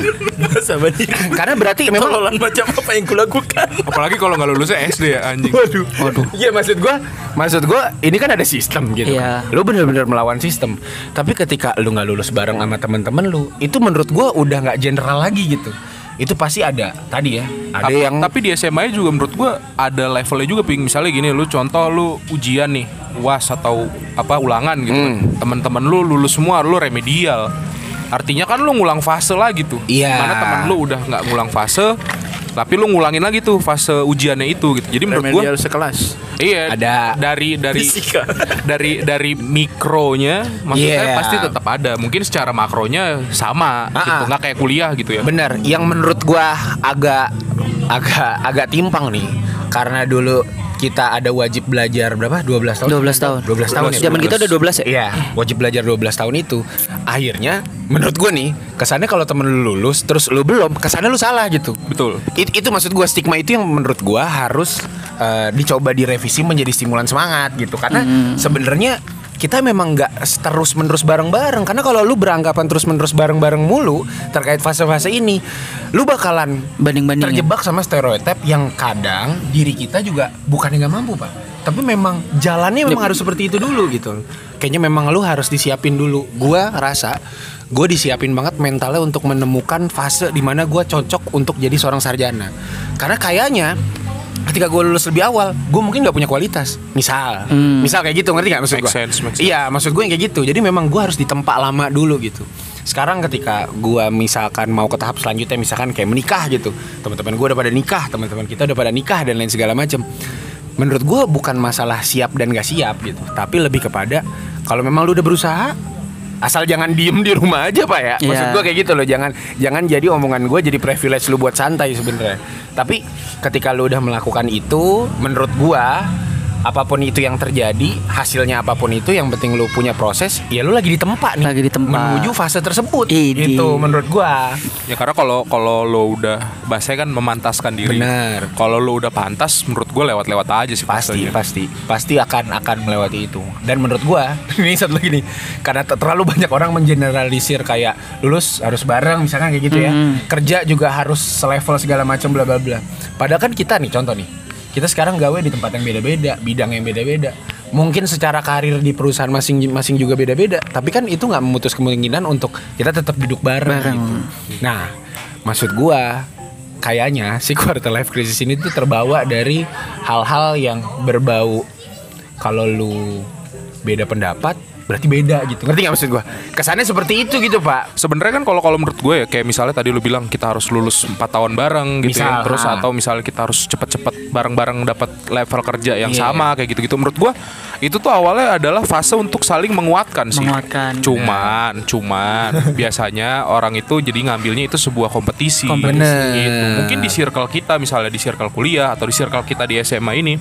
Sama nih. karena berarti memang, Tololan macam apa yang kulakukan? Apalagi kalau nggak lulusnya S D ya anjing. waduh, waduh. Iya maksud gua, maksud gua ini kan ada sistem gitu. Iya. Kan. Lu bener-bener melawan sistem. Tapi ketika lu nggak lulus bareng sama temen-temen lu, itu menurut gua udah nggak general lagi gitu. Itu pasti ada tadi ya. Ada tapi, yang tapi di S M A juga menurut gua ada levelnya juga ping. Misalnya gini, lu contoh lu ujian nih, U A S atau apa ulangan gitu. Hmm. Kan. Teman-teman lu lulus semua, lu remedial. Artinya kan lu ngulang fase lagi tuh. Iya. Mana teman lu udah nggak ngulang fase, tapi lu ngulangin lagi tuh fase ujiannya itu gitu. Jadi menurut gua Remedial sekelas. iya Ada. dari dari Fisika. dari dari mikronya maksudnya Yeah. pasti tetap ada. Mungkin secara makronya sama gitu, Ah-ah. nggak kayak kuliah gitu ya. benar, yang menurut gua agak agak agak timpang nih. Karena dulu kita ada wajib belajar berapa? dua belas tahun. dua belas tahun. dua belas tahun ya. Zaman kita udah dua belas ya? Iya, wajib belajar dua belas tahun itu. Akhirnya menurut gua nih, kesannya kalau temen lu lulus terus lu belum, kesannya lu salah gitu. Betul. It- itu maksud gua, stigma itu yang menurut gua harus eh, dicoba direvisi menjadi stimulan semangat gitu. Karena sebenarnya kita memang nggak terus menerus bareng-bareng. Karena kalau lu beranggapan terus menerus bareng-bareng mulu terkait fase-fase ini, lu bakalan Banding-bandingin. terjebak sama stereotip yang kadang diri kita juga bukannya nggak mampu, Pak. Tapi memang jalannya memang harus seperti itu dulu gitu. Kayaknya memang lu harus disiapin dulu. Gua rasa gue disiapin banget mentalnya untuk menemukan fase di mana gue cocok untuk jadi seorang sarjana. Karena kayaknya ketika gue lulus lebih awal, gue mungkin nggak punya kualitas. Misal, Hmm. misal kayak gitu, ngerti nggak maksud Make gue? sense, make sense. Iya, maksud gue yang kayak gitu. Jadi memang gue harus ditempa lama dulu gitu. Sekarang ketika gue misalkan mau ke tahap selanjutnya, misalkan kayak menikah gitu, teman-teman gue udah pada nikah, teman-teman kita udah pada nikah dan lain segala macam. Menurut gue bukan masalah siap dan gak siap gitu, tapi lebih kepada kalau memang lu udah berusaha, asal jangan diem di rumah aja, Pak ya. Maksud Iya. gue kayak gitu loh, jangan jangan jadi omongan gue jadi privilege lu buat santai sebenarnya. Tapi ketika lu udah melakukan itu, menurut gue apapun itu yang terjadi, hasilnya apapun itu, yang penting lu punya proses, ya lu lagi di tempat nih. Lagi di tempat. Menuju fase tersebut. Idi. Itu menurut gua. Ya karena kalau kalau lo udah bahasanya kan memantaskan diri. Benar. Kalau lo udah pantas, menurut gue lewat-lewat aja sih Pasti, fasenya. pasti, pasti akan akan melewati itu. Dan menurut gua, ini satu lagi nih, karena ter- terlalu banyak orang mengeneralisir kayak lulus harus bareng, misalkan kayak gitu ya. Mhm. Kerja juga harus selevel segala macam bla bla bla. Padahal kan kita nih, contoh nih, kita sekarang gawe di tempat yang beda-beda, bidang yang beda-beda. Mungkin secara karir di perusahaan masing-masing juga beda-beda, tapi kan itu nggak memutus kemungkinan untuk kita tetap duduk bareng. Bareng. Gitu. Nah, maksud gua kayaknya si quarter life crisis ini tuh terbawa dari hal-hal yang berbau kalau lu beda pendapat berarti beda gitu. Ngerti nggak maksud gua? Kesannya seperti itu gitu, Pak. Sebenarnya kan kalau kalau menurut gue ya kayak misalnya tadi lu bilang kita harus lulus empat tahun bareng gitu ya. Misal, Terus ha. atau misalnya kita harus cepet-cepet bareng-bareng dapat level kerja yang Iya. sama kayak gitu-gitu. Menurut gue itu tuh awalnya adalah fase untuk saling menguatkan sih. Menguatkan. Cuman, cuman biasanya orang itu jadi ngambilnya itu sebuah kompetisi. Kompetisi. Gitu. Mungkin di circle kita misalnya di circle kuliah atau di circle kita di S M A ini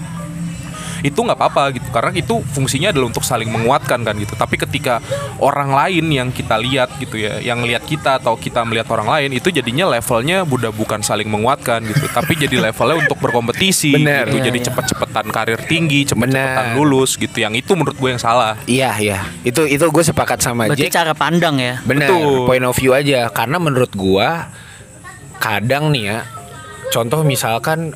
itu nggak apa-apa gitu karena itu fungsinya adalah untuk saling menguatkan kan gitu. Tapi ketika orang lain yang kita lihat gitu ya, yang lihat kita atau kita melihat orang lain itu jadinya levelnya udah bukan saling menguatkan gitu, tapi jadi levelnya untuk berkompetisi. Bener. Gitu. Iya, Jadi iya. cepet-cepetan karir tinggi, cepet-cepetan Bener. lulus gitu. Yang itu menurut gue yang salah. Iya, iya. Itu itu gue sepakat sama Berarti Jack. cara pandang ya. Bener, Betul. point of view aja. Karena menurut gua kadang nih ya, contoh misalkan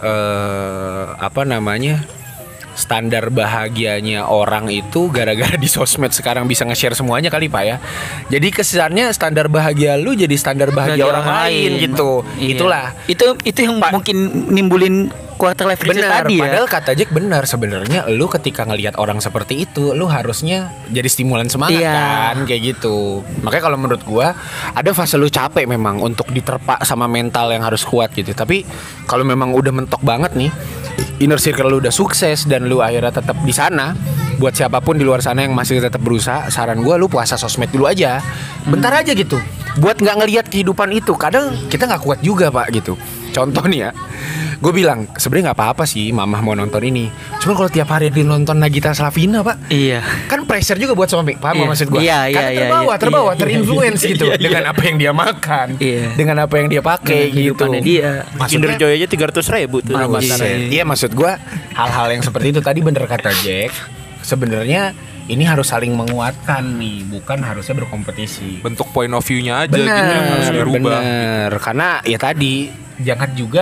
eh, apa namanya, standar bahagianya orang itu gara-gara di sosmed sekarang bisa nge-share semuanya kali, Pak ya. Jadi kesannya standar bahagia lu jadi standar bahagia Bagi orang, lain gitu. Iya. Itulah. Itu itu yang Pak- mungkin nimbulin quarter life crisis Benar, tadi ya. padahal kata Jack benar sebenarnya lu ketika ngelihat orang seperti itu lu harusnya jadi stimulan semangat Iya. kan kayak gitu. Makanya kalau menurut gua ada fase lu capek memang untuk diterpa sama mental yang harus kuat gitu. Tapi kalau memang udah mentok banget nih, inner circle lu udah sukses dan lu akhirnya tetap di sana, buat siapapun di luar sana yang masih tetap berusaha, saran gue lu puasa sosmed dulu aja, bentar aja gitu, buat nggak ngelihat kehidupan itu. Kadang kita nggak kuat juga pak gitu. Contoh nih ya, gue bilang sebenarnya nggak apa-apa sih mamah mau nonton ini, cuma kalau tiap hari dia nonton Nagita Slavina pak, Iya. kan pressure juga buat suami, paham Iya. maksud gue? Iya, iya, Karena iya, terbawa, iya, terbawa, iya, terinfluence iya, gitu iya, iya. dengan apa yang dia makan, Iya. dengan apa yang dia pakai Dengan gitu. kehidupannya dia. Kinder Maksudnya, Joy aja tiga ratus ribu tuh. Ah, buat buset. sana. Iya maksud gue hal-hal yang seperti itu tadi bener kata Jack. Sebenarnya ini harus saling menguatkan nih, bukan harusnya berkompetisi. Bentuk point of view-nya aja gitu yang harus Bener, dirubah. bener. Karena ya tadi jangan juga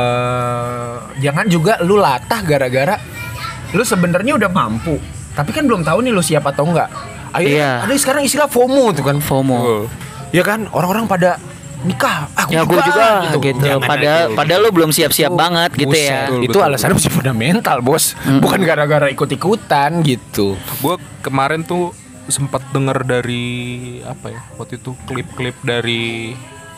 eh, jangan juga lu latah gara-gara lu sebenarnya udah mampu, tapi kan belum tahu nih lu siap atau enggak. Ayo, Iya. ada sekarang istilah FOMO tuh kan. FOMO. Oh. Ya kan orang-orang pada nikah, ah Ya gue juga gitu. Jangan Padahal gitu. padahal lu belum siap-siap banget gitu ya. Buset, Betul, itu betul. alasannya masih fundamental bos, bukan gara-gara ikut-ikutan gitu. Gue kemarin tuh sempat dengar dari apa ya waktu itu klip-klip dari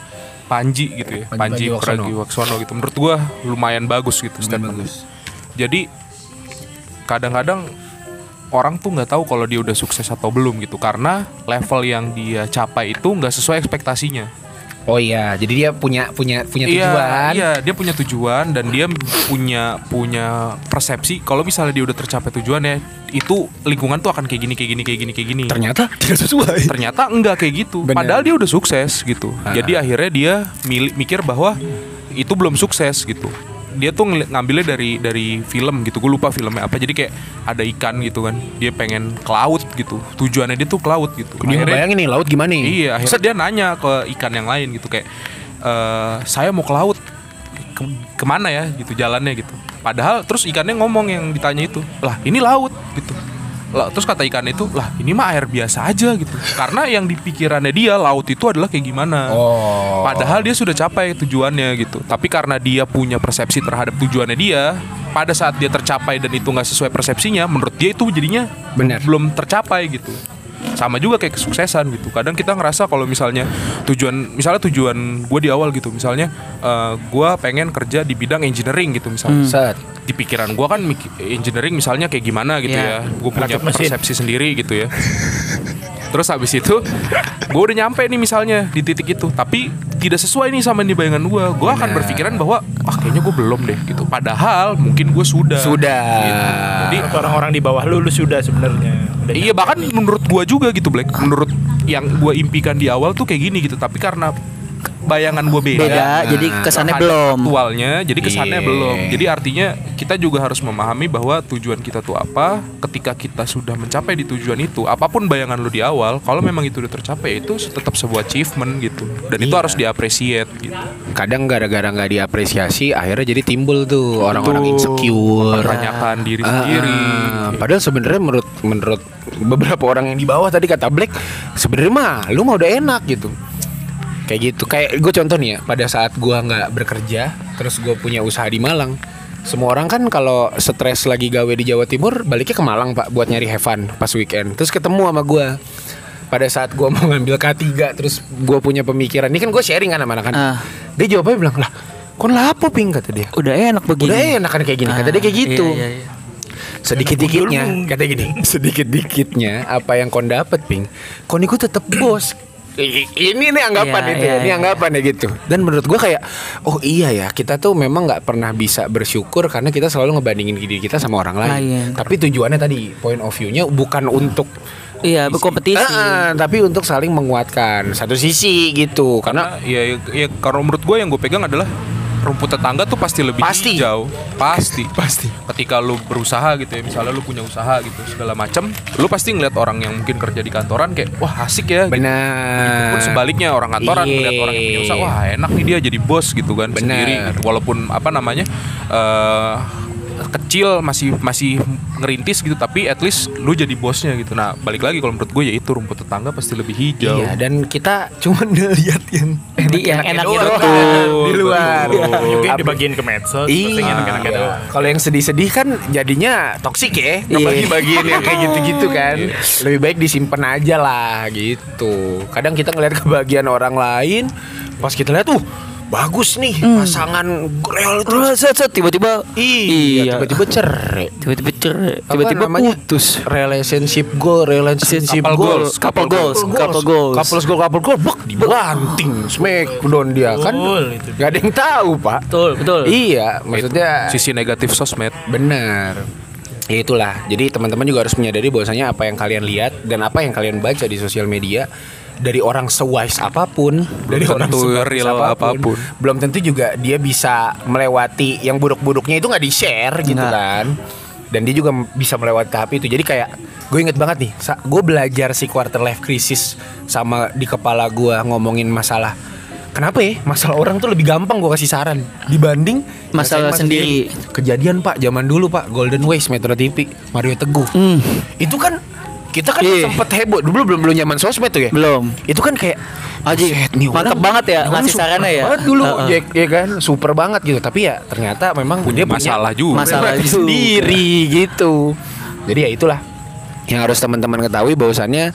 Panji gitu ya, Panji Panji Pragiwaksono. Pragiwaksono gitu. Menurut gue lumayan bagus gitu statementnya. Jadi kadang-kadang orang tuh nggak tahu kalau dia udah sukses atau belum gitu karena level yang dia capai itu nggak sesuai ekspektasinya. Oh iya, jadi dia punya punya punya Iya, tujuan. iya, dia punya tujuan dan dia punya punya persepsi kalau misalnya dia udah tercapai tujuannya, itu lingkungan tuh akan kayak gini kayak gini kayak gini kayak gini. Ternyata tidak sesuai. Ternyata enggak kayak gitu. Bener. Padahal dia udah sukses gitu. Ah. Jadi akhirnya dia mil- mikir bahwa itu belum sukses gitu. Dia tuh ngel- ngambilnya dari dari film gitu. Gue lupa filmnya apa. Jadi kayak ada ikan gitu kan. Dia pengen ke laut gitu. Tujuannya dia tuh ke laut gitu. Dia bayangin nih laut gimana nih? Iya, akhirnya dia nanya ke ikan yang lain gitu kayak "Eh, saya mau ke laut. Ke- kemana ya gitu jalannya gitu." Padahal terus ikannya ngomong yang ditanya itu, "Lah, ini laut." gitu. Lah, terus kata ikan itu, "Lah, ini mah air biasa aja." gitu. Karena yang di pikirannya dia laut itu adalah kayak gimana. Oh. Padahal dia sudah capai tujuannya gitu. Tapi karena dia punya persepsi terhadap tujuannya dia, pada saat dia tercapai dan itu nggak sesuai persepsinya, menurut dia itu jadinya Benar. belum tercapai gitu. Sama juga kayak kesuksesan gitu. Kadang kita ngerasa kalau misalnya tujuan, misalnya tujuan gue di awal gitu, misalnya eh, gue pengen kerja di bidang engineering gitu misalnya. Set. Di pikiran gue kan mik- engineering misalnya kayak gimana gitu Iya. ya. Gue punya Rakit mesin. persepsi sendiri gitu ya. Terus habis itu gue udah nyampe nih misalnya di titik itu, tapi tidak sesuai nih sama di bayangan gue. Gue akan berpikiran bahwa ah kayaknya gue belum deh gitu. Padahal mungkin gue sudah. Sudah. Gitu. Jadi Untuk orang-orang di bawah lu lu sudah sebenarnya. Udah iya bahkan menurut gua juga gitu Black. Menurut yang gua impikan di awal tuh kayak gini gitu. Tapi karena bayangan gua beda, Beda, jadi kesannya terhadap belum. aktualnya, jadi kesannya Iya. belum. Jadi artinya kita juga harus memahami bahwa tujuan kita tuh apa. Ketika kita sudah mencapai di tujuan itu, apapun bayangan lu di awal, kalau memang itu udah tercapai, itu tetap sebuah achievement gitu. Dan itu Iya. harus diapresiasi gitu. Kadang gara-gara nggak diapresiasi, akhirnya jadi timbul tuh orang-orang insecure, Mempertanyakan diri Ah, sendiri. ah. Padahal sebenarnya menurut menurut beberapa orang yang di bawah tadi kata Black, sebenarnya mah lu mah udah enak gitu. Kayak gitu. Kayak gue contoh nih ya, pada saat gue nggak bekerja, terus gue punya usaha di Malang. Semua orang kan kalau stres lagi gawe di Jawa Timur, baliknya ke Malang pak buat nyari have fun pas weekend. Terus ketemu sama gue. Pada saat gue mau ngambil K tiga, terus gue punya pemikiran. Ini kan gue sharing kan sama anak kan. Ah. Dia jawabnya bilang lah, kon lapo ping kata dia. Udah enak begini. Udah enak kan kayak gini. Kata Ah, dia kayak gitu. Iya, iya, iya. Sedikit-dikitnya, kata gini, sedikit-dikitnya apa yang kon dapet ping, kon itu tetep bos. I- Ini nih anggapan Iya, itu iya, ya, ini iya. anggapan ya gitu. Dan menurut gua kayak, oh iya ya, kita tuh memang nggak pernah bisa bersyukur karena kita selalu ngebandingin diri kita sama orang lain. Lain. Tapi tujuannya tadi, point of view-nya bukan untuk Iya, berkompetisi. Ah, ah, tapi untuk saling menguatkan satu sisi gitu. Karena Karena ya, ya, ya kalau menurut gue yang gue pegang adalah rumput tetangga tuh pasti lebih Pasti. hijau. Pasti. Pasti. Ketika lu berusaha gitu ya, misalnya lu punya usaha gitu segala macam, lu pasti ngeliat orang yang mungkin kerja di kantoran kayak wah asik ya. Gitu. benar. Pun sebaliknya orang kantoran Iya. ngeliat orang yang punya usaha, wah enak nih dia jadi bos gitu kan Bener. sendiri. Gitu. Walaupun apa namanya eh kecil masih masih ngerintis gitu, tapi at least lu jadi bosnya gitu. Nah balik lagi kalau menurut gue ya itu rumput tetangga pasti lebih hijau. Iya, dan kita cuma lihat yang Di yang enaknya doang. doang. Di luar. Betul. Juga yang dibagiin ke medsos. pasti Iya. enak-enaknya doang. Kalau yang sedih-sedih kan jadinya toksik ya. Iya. Bagi-bagiin yang kayak gitu-gitu kan. Lebih baik disimpan aja lah gitu. Kadang kita ngeliat kebahagiaan orang lain, pas kita lihat tuh bagus nih Hmm. pasangan realitas. Terus set, set, tiba-tiba Iya, tiba-tiba cerai. tiba-tiba cerai, Apa tiba-tiba namanya? putus. Relationship goal, relationship Couple goal, goals, couple goals, couple goals. couple goal, couple goal, bek dibanting, smackdown dia kan. Betul, itu. Gak ada yang tahu pak. Betul, betul. Iya, maksudnya Sisi negatif sosmed. benar. Ya itulah. Jadi teman-teman juga harus menyadari bahwasanya apa yang kalian lihat dan apa yang kalian baca di sosial media dari orang sewise apapun, dari orang tentu sebagus real apapun. belum tentu juga dia bisa melewati yang buruk-buruknya itu nggak di-share gitu Nggak. kan. Dan dia juga bisa melewati tahap itu. Jadi kayak gue inget banget nih, gue belajar si quarter life crisis sama di kepala gue ngomongin masalah. Kenapa ya masalah orang tuh lebih gampang gue kasih saran dibanding Masalah nyelesain sendiri. Kejadian pak zaman dulu pak Golden Ways Metro T V Mario Teguh. Hmm. Itu kan kita kan Iya. sempet heboh dulu belum belum zaman sosmed tuh ya. Belum. Itu kan kayak Aji, "Buset, nih mantep orang- banget ya nih orang ngasih super sarannya ya." banget dulu Heeh. Jack, ya kan super banget gitu. Tapi ya ternyata memang Punya dia masalah juga. Masalah juga. sendiri gitu. Jadi ya itulah yang harus teman-teman ketahui bahwasannya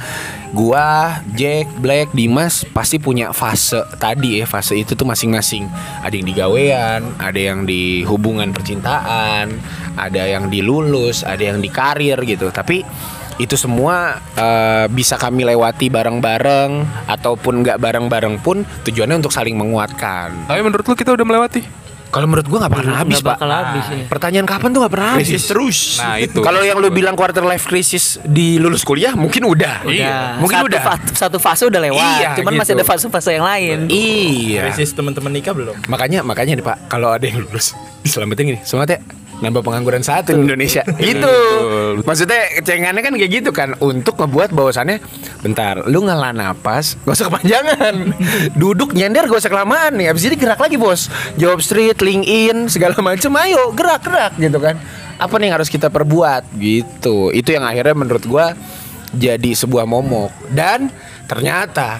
gua, Jack, Black, Dimas pasti punya fase tadi ya. Fase itu tuh masing-masing. Ada yang di gawean, ada yang di hubungan percintaan, ada yang di lulus, ada yang di karir gitu. Tapi itu semua eh, bisa kami lewati bareng-bareng ataupun nggak bareng-bareng pun tujuannya untuk saling menguatkan. Tapi menurut lu kita udah melewati? Kalau menurut gua nggak pernah habis, Nggak Pak. bakal habis ya. Pertanyaan kapan tuh nggak pernah habis. Krisis terus. Nah itu. Kalau yang lu bilang quarter life crisis di lulus kuliah mungkin udah. Udah. Mungkin satu udah. fa- satu fase udah lewat. Iya, Cuman gitu. masih ada fase-fase yang lain. Iya. Krisis teman-teman nikah belum? Makanya makanya nih Pak, kalau ada yang lulus diselamatin gini. Semangat ya. Nambah pengangguran satu di Indonesia. Gitu. Betul. Maksudnya cengannya kan kayak gitu kan untuk ngebuat bahwasannya bentar, lu ngalah napas, gak usah kepanjangan. Duduk nyender gak usah kelamaan nih. Habis ini gerak lagi, Bos. Jawab street, link in, segala macam. Ayo, gerak-gerak gitu kan. Apa nih yang harus kita perbuat gitu. Itu yang akhirnya menurut gua jadi sebuah momok. Dan ternyata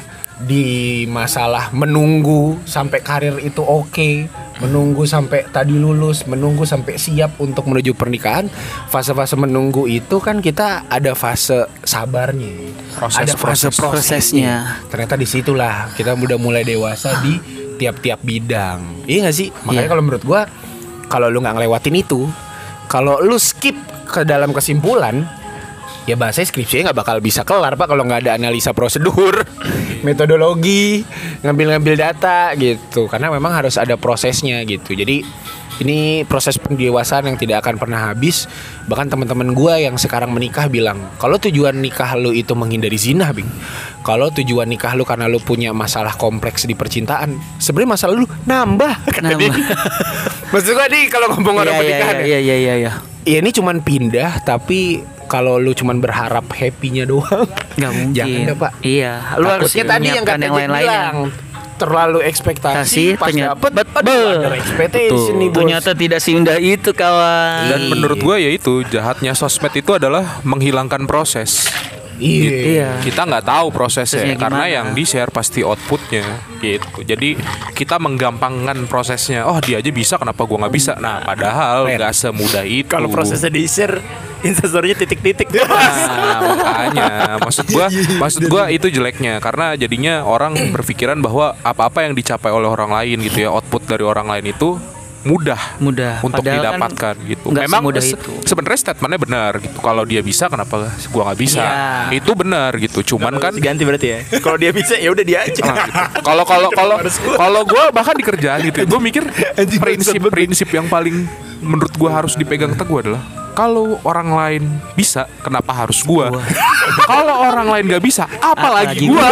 di masalah menunggu sampai karir itu oke, menunggu sampai tadi lulus, menunggu sampai siap untuk menuju pernikahan, fase-fase menunggu itu kan kita ada fase sabarnya, Proses, ada fase proses. Prosesnya. Ternyata disitulah kita udah mulai dewasa di tiap-tiap bidang. Iya gak sih? Makanya Iya. kalau menurut gua, kalau lu nggak ngelewatin itu, kalau lu skip ke dalam kesimpulan, ya bahasa skripsinya nggak bakal bisa kelar Pak kalau nggak ada analisa prosedur, metodologi, ngambil-ngambil data gitu. Karena memang harus ada prosesnya gitu. Jadi ini proses pendewasaan yang tidak akan pernah habis. Bahkan teman-teman gue yang sekarang menikah bilang, kalau tujuan nikah lu itu menghindari zina, Bing. Kalau tujuan nikah lu karena lu punya masalah kompleks di percintaan, sebenarnya masalah lu nambah. Kata dia. Maksud gue nih kalau ngomong orang Iya, pernikahan ya. iya, iya, iya, iya. Ya ini cuman pindah, tapi kalau lu cuman berharap happy-nya doang, Nggak mungkin. jangan deh Pak. Iya, lu harus Takutnya tadi yang menyiapkan kata yang Jack lain-lainnya. bilang, terlalu ekspektasi, Kasih, pas ternyata- dapet, bet- aduh, betul. ada expectation nih bos. Ternyata tidak seindah itu kawan. Dan menurut gue ya itu jahatnya sosmed itu adalah menghilangkan proses. Iya. Iya. Kita nggak tahu prosesnya Prosesnya karena gimana. yang di share pasti outputnya gitu. Jadi kita menggampangkan prosesnya. Oh dia aja bisa, kenapa gua nggak bisa? Nah padahal Men. nggak semudah itu. Kalau prosesnya di share, instastorynya titik-titik. Nah, makanya maksud gua maksud gua itu jeleknya karena jadinya orang berpikiran bahwa apa-apa yang dicapai oleh orang lain gitu ya, output dari orang lain itu mudah Mudah. untuk Padahal kan didapatkan gitu. nggak Memang semudah se- itu. sebenarnya statementnya benar gitu. Kalau dia bisa, kenapa gua nggak bisa? Iya. Itu benar gitu. Cuman kan ganti berarti ya. Kalau dia bisa ya udah dia aja. Nah, gitu. Kalau kalau kalau kalau gue bahkan di kerjaan gitu, gue mikir prinsip-prinsip yang paling menurut gue harus dipegang teguh adalah kalau orang lain bisa, kenapa harus gue? Kalau orang lain gak bisa, apalagi Apalagi gue?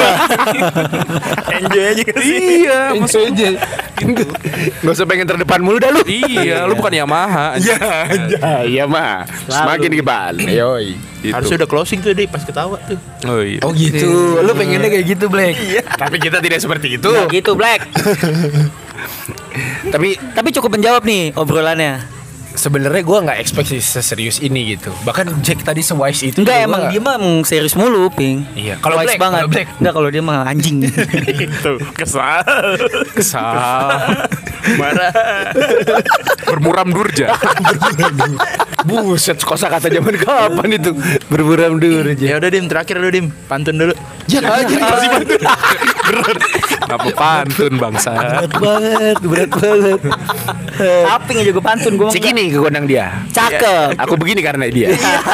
Enjoy aja ke sini. Iya, maksud aja. Gak usah pengen terdepan mulu dah lu. iya, lu bukan Yamaha. Ya, ya, iya mah. Semakin ke depan. Yoi. Gitu. Harusnya udah closing tuh deh pas ketawa tuh. Oh iya. Oh gitu. Lu pengennya kayak gitu, Black. Tapi kita tidak seperti itu. Nggak gitu Black. Tapi Tapi cukup menjawab nih obrolannya. sebenarnya gue nggak expect sih seserius ini gitu. Bahkan Jack tadi sewise itu. Enggak, juga emang gua- dia mah emang serius mulu, Ping. Iya, kalau Wise Black, banget. kalau Black. Enggak, kalau dia mah anjing. Itu kesal. Kesal. Marah. Bermuram durja. Buset, kosakata zaman kapan itu? Berburam dulu aja. Ya udah Dim, terakhir lu Dim, pantun dulu. Ya aja masih pantun. Kenapa pantun bangsa? Berat banget, berat banget. Aping aja gue pantun gue. Segini ke gondang dia. Cakep. Aku begini karena dia.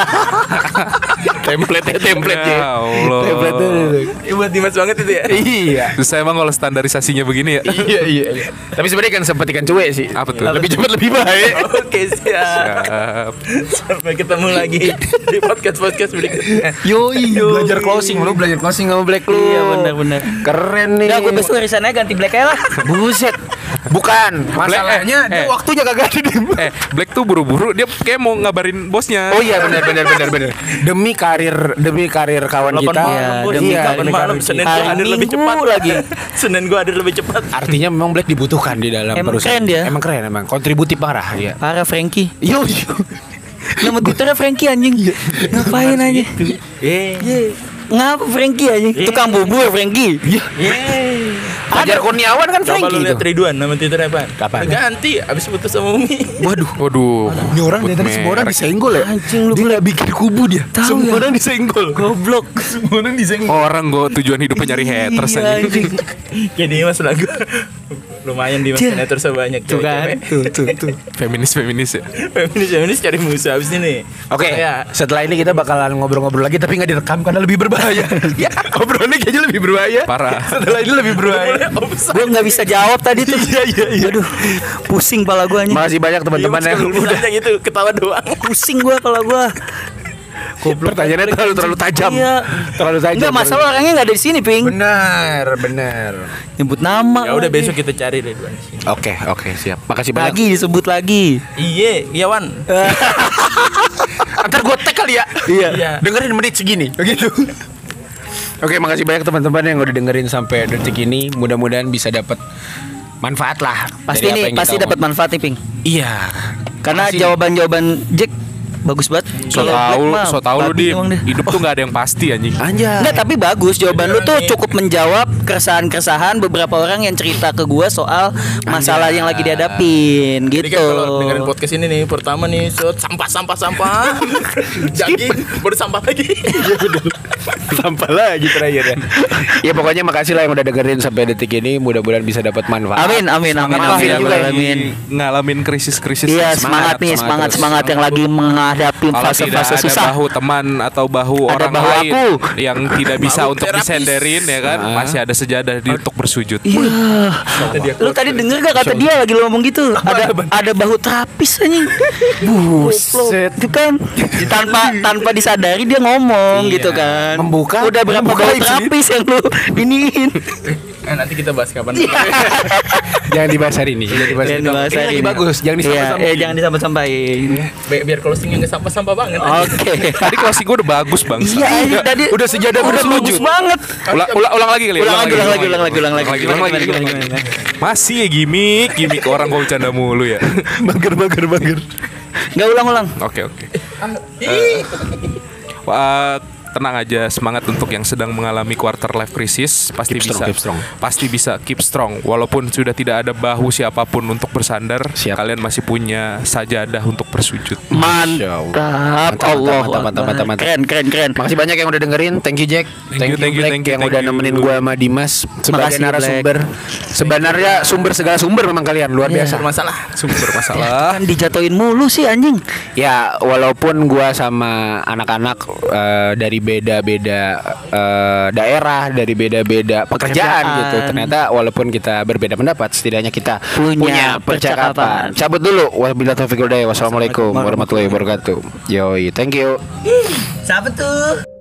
Template-nya template Ya Allah. Template-nya. Ya, buat Dimas banget itu ya. Iya. Susah emang kalau standarisasinya begini ya. Iya iya. iya. Tapi sebenarnya kan sempat ikan cuek sih. Apa tuh? Lebih cepat lebih baik. Oke, siap. Siap. Sampai ketemu lagi di podcast-podcast berikutnya. Yo yo. Belajar closing lu, belajar closing sama Black lu. Iya benar-benar. Keren nih. Enggak, gue besok resign aja ganti black aja lah. Buset. Bukan, masalahnya dia eh. waktunya kagak ada Dim. Eh, Black tuh buru-buru dia kayak mau ngabarin bosnya. Oh iya benar benar benar benar. Demi karir demi karir kawan Delapan kita. malam, bos. demi iya, Delapan demi malam, karir Senin kita. gua Hari hadir lebih Minggu cepat lagi. Senin gua hadir lebih cepat. Artinya memang Black dibutuhkan di dalam Emang perusahaan. keren dia. Emang keren emang. Kontributif parah dia. Parah Frankie. Yo yo. Nama Twitternya Frankie anjing. Ngapain aja? Eh. Ngapa Frankie anjing? Tukang bubur Frankie. Fajar Kurniawan kan Coba Frankie lu itu. lihat Ridwan nama Twitternya apa? Kapan? Ganti abis putus sama Umi. Waduh. Waduh. Ini orang dari tadi semua orang disenggol ya. Anjing lu Dia nggak bikin kubu dia. Tahu Semua ya. orang disenggol. Goblok. Semua orang disenggol. Orang gue tujuan hidupnya nyari haters Iya, aja. anjing. Jadi Mas lagu lumayan di Mas Cih. terus banyak Tuh kan. Tuh tuh tuh. Feminis feminis ya. Feminis feminis cari musuh abis ini. Oke, Ya. setelah ini kita bakalan ngobrol-ngobrol lagi tapi nggak direkam karena lebih berbahaya. Ya, obrolannya kayaknya lebih berbahaya. Parah. Setelah ini lebih berbahaya. Gue nggak bisa jawab tadi tuh. Iya iya iya. Aduh, pusing pala gue anjing. Makasih banyak teman-teman yang udah. udah gitu ketawa doang. Pusing gue kalau gue. Pertanyaannya terlalu terlalu tajam. Iya. Terlalu tajam. Enggak masalah orangnya nggak ada di sini, Ping. Benar, benar. Nyebut nama. Ya udah lagi. besok kita cari Ridwan di sini. Oke, oke, siap. Makasih banyak. Lagi disebut lagi. Iya, iya Wan. Ntar gue tag kali ya. Iya. Dengerin menit segini. Begitu. Oke, makasih banyak teman-teman yang udah dengerin sampai detik ini. Mudah-mudahan bisa dapat manfaat lah. Pasti dari apa nih, yang pasti kita dapat omongin. manfaat nih, Ping. Iya. Karena Makasih. jawaban-jawaban Jack bagus banget. So Kalau tau, Black mah so tau lu babi di emang deh. hidup tuh nggak ada yang pasti anjing. Anjay. Enggak, tapi bagus jawaban lu tuh cukup menjawab keresahan-keresahan beberapa orang yang cerita ke gua soal masalah yang lagi dihadapin Jadi gitu. kan kalau dengerin podcast ini nih, pertama nih set sampah sampah sampah, jogging baru sampah lagi. Sampah lagi terakhir ya. Ya pokoknya makasih lah yang udah dengerin sampai detik ini. Mudah-mudahan bisa dapat manfaat. Amin amin amin Semangat amin yang juga lagi amin. ngalamin krisis-krisis. Iya semangat, semangat nih semangat semangat terus. semangat yang lagi menghadapi Kalau tidak fase-fase ada susah. bahu teman atau bahu Ada orang bahu lain aku. yang tidak bisa Bahu untuk terapis. disenderin ya kan, Ah. masih ada sejadah di untuk bersujud. Iya. Lu tadi denger gak kata dia lagi lu ngomong gitu? Ada ada bahu terapis anjing. Buset. Itu kan tanpa tanpa disadari dia ngomong Iya. gitu kan. Membuka- Udah berapa membuka bahu aib sendiri. terapis yang lu iniin. Eh, nanti kita bahas kapan. Jangan dibahas hari ini. Jangan dibahas, Jangan ini. dibahas Ini hari lagi ini. bagus. Jangan Iya, disambung. eh jangan disambut-sampain. Bi- Biar closingnya nggak sampah-sampah banget. Oke. Tadi closing gue udah bagus bang. Iya, anjing, tadi Udah sejadah udah bersujud. bagus banget. Ulang, ulang, ulang lagi kali. ya? Ulang lagi, ulang lagi, ulang lagi, ulang lagi. ulang Gimana, lagi, gimana, ulang gimana, lagi. gimana? Masih ya gimmick, gimmick orang gue bercanda mulu ya. Bager bager bager. Enggak ulang-ulang. Oke oke. Eh, wah, tenang aja, semangat untuk yang sedang mengalami quarter life crisis, pasti Keep bisa, strong, keep strong. pasti bisa keep strong. Walaupun sudah tidak ada bahu siapapun untuk bersandar, Siap. kalian masih punya sajadah untuk bersujud. Mantap. Mantap, Allah. mantap, mantap, mantap, mantap. Keren, keren, keren. Makasih banyak yang udah dengerin. Thank you Jack. Thank you, thank you, Black, thank you, yang thank udah you. nemenin gua sama Dimas sebagai Makasih, narasumber. Sebenarnya sumber segala sumber memang kalian luar Iya. biasa. Bermasalah. Sumber masalah. Kan dijatuhin mulu sih anjing. Ya walaupun gua sama anak-anak eh, dari beda-beda eh, daerah, dari beda-beda pekerjaan, Pekerjaan. gitu. Ternyata walaupun kita berbeda pendapat, setidaknya kita Punya punya, percakapan. percakapan. Cabut dulu. Wabillahi taufiq wal hidayah. Wassalamualaikum warahmatullahi wabarakatuh. Yoi, thank you. Siapa tuh?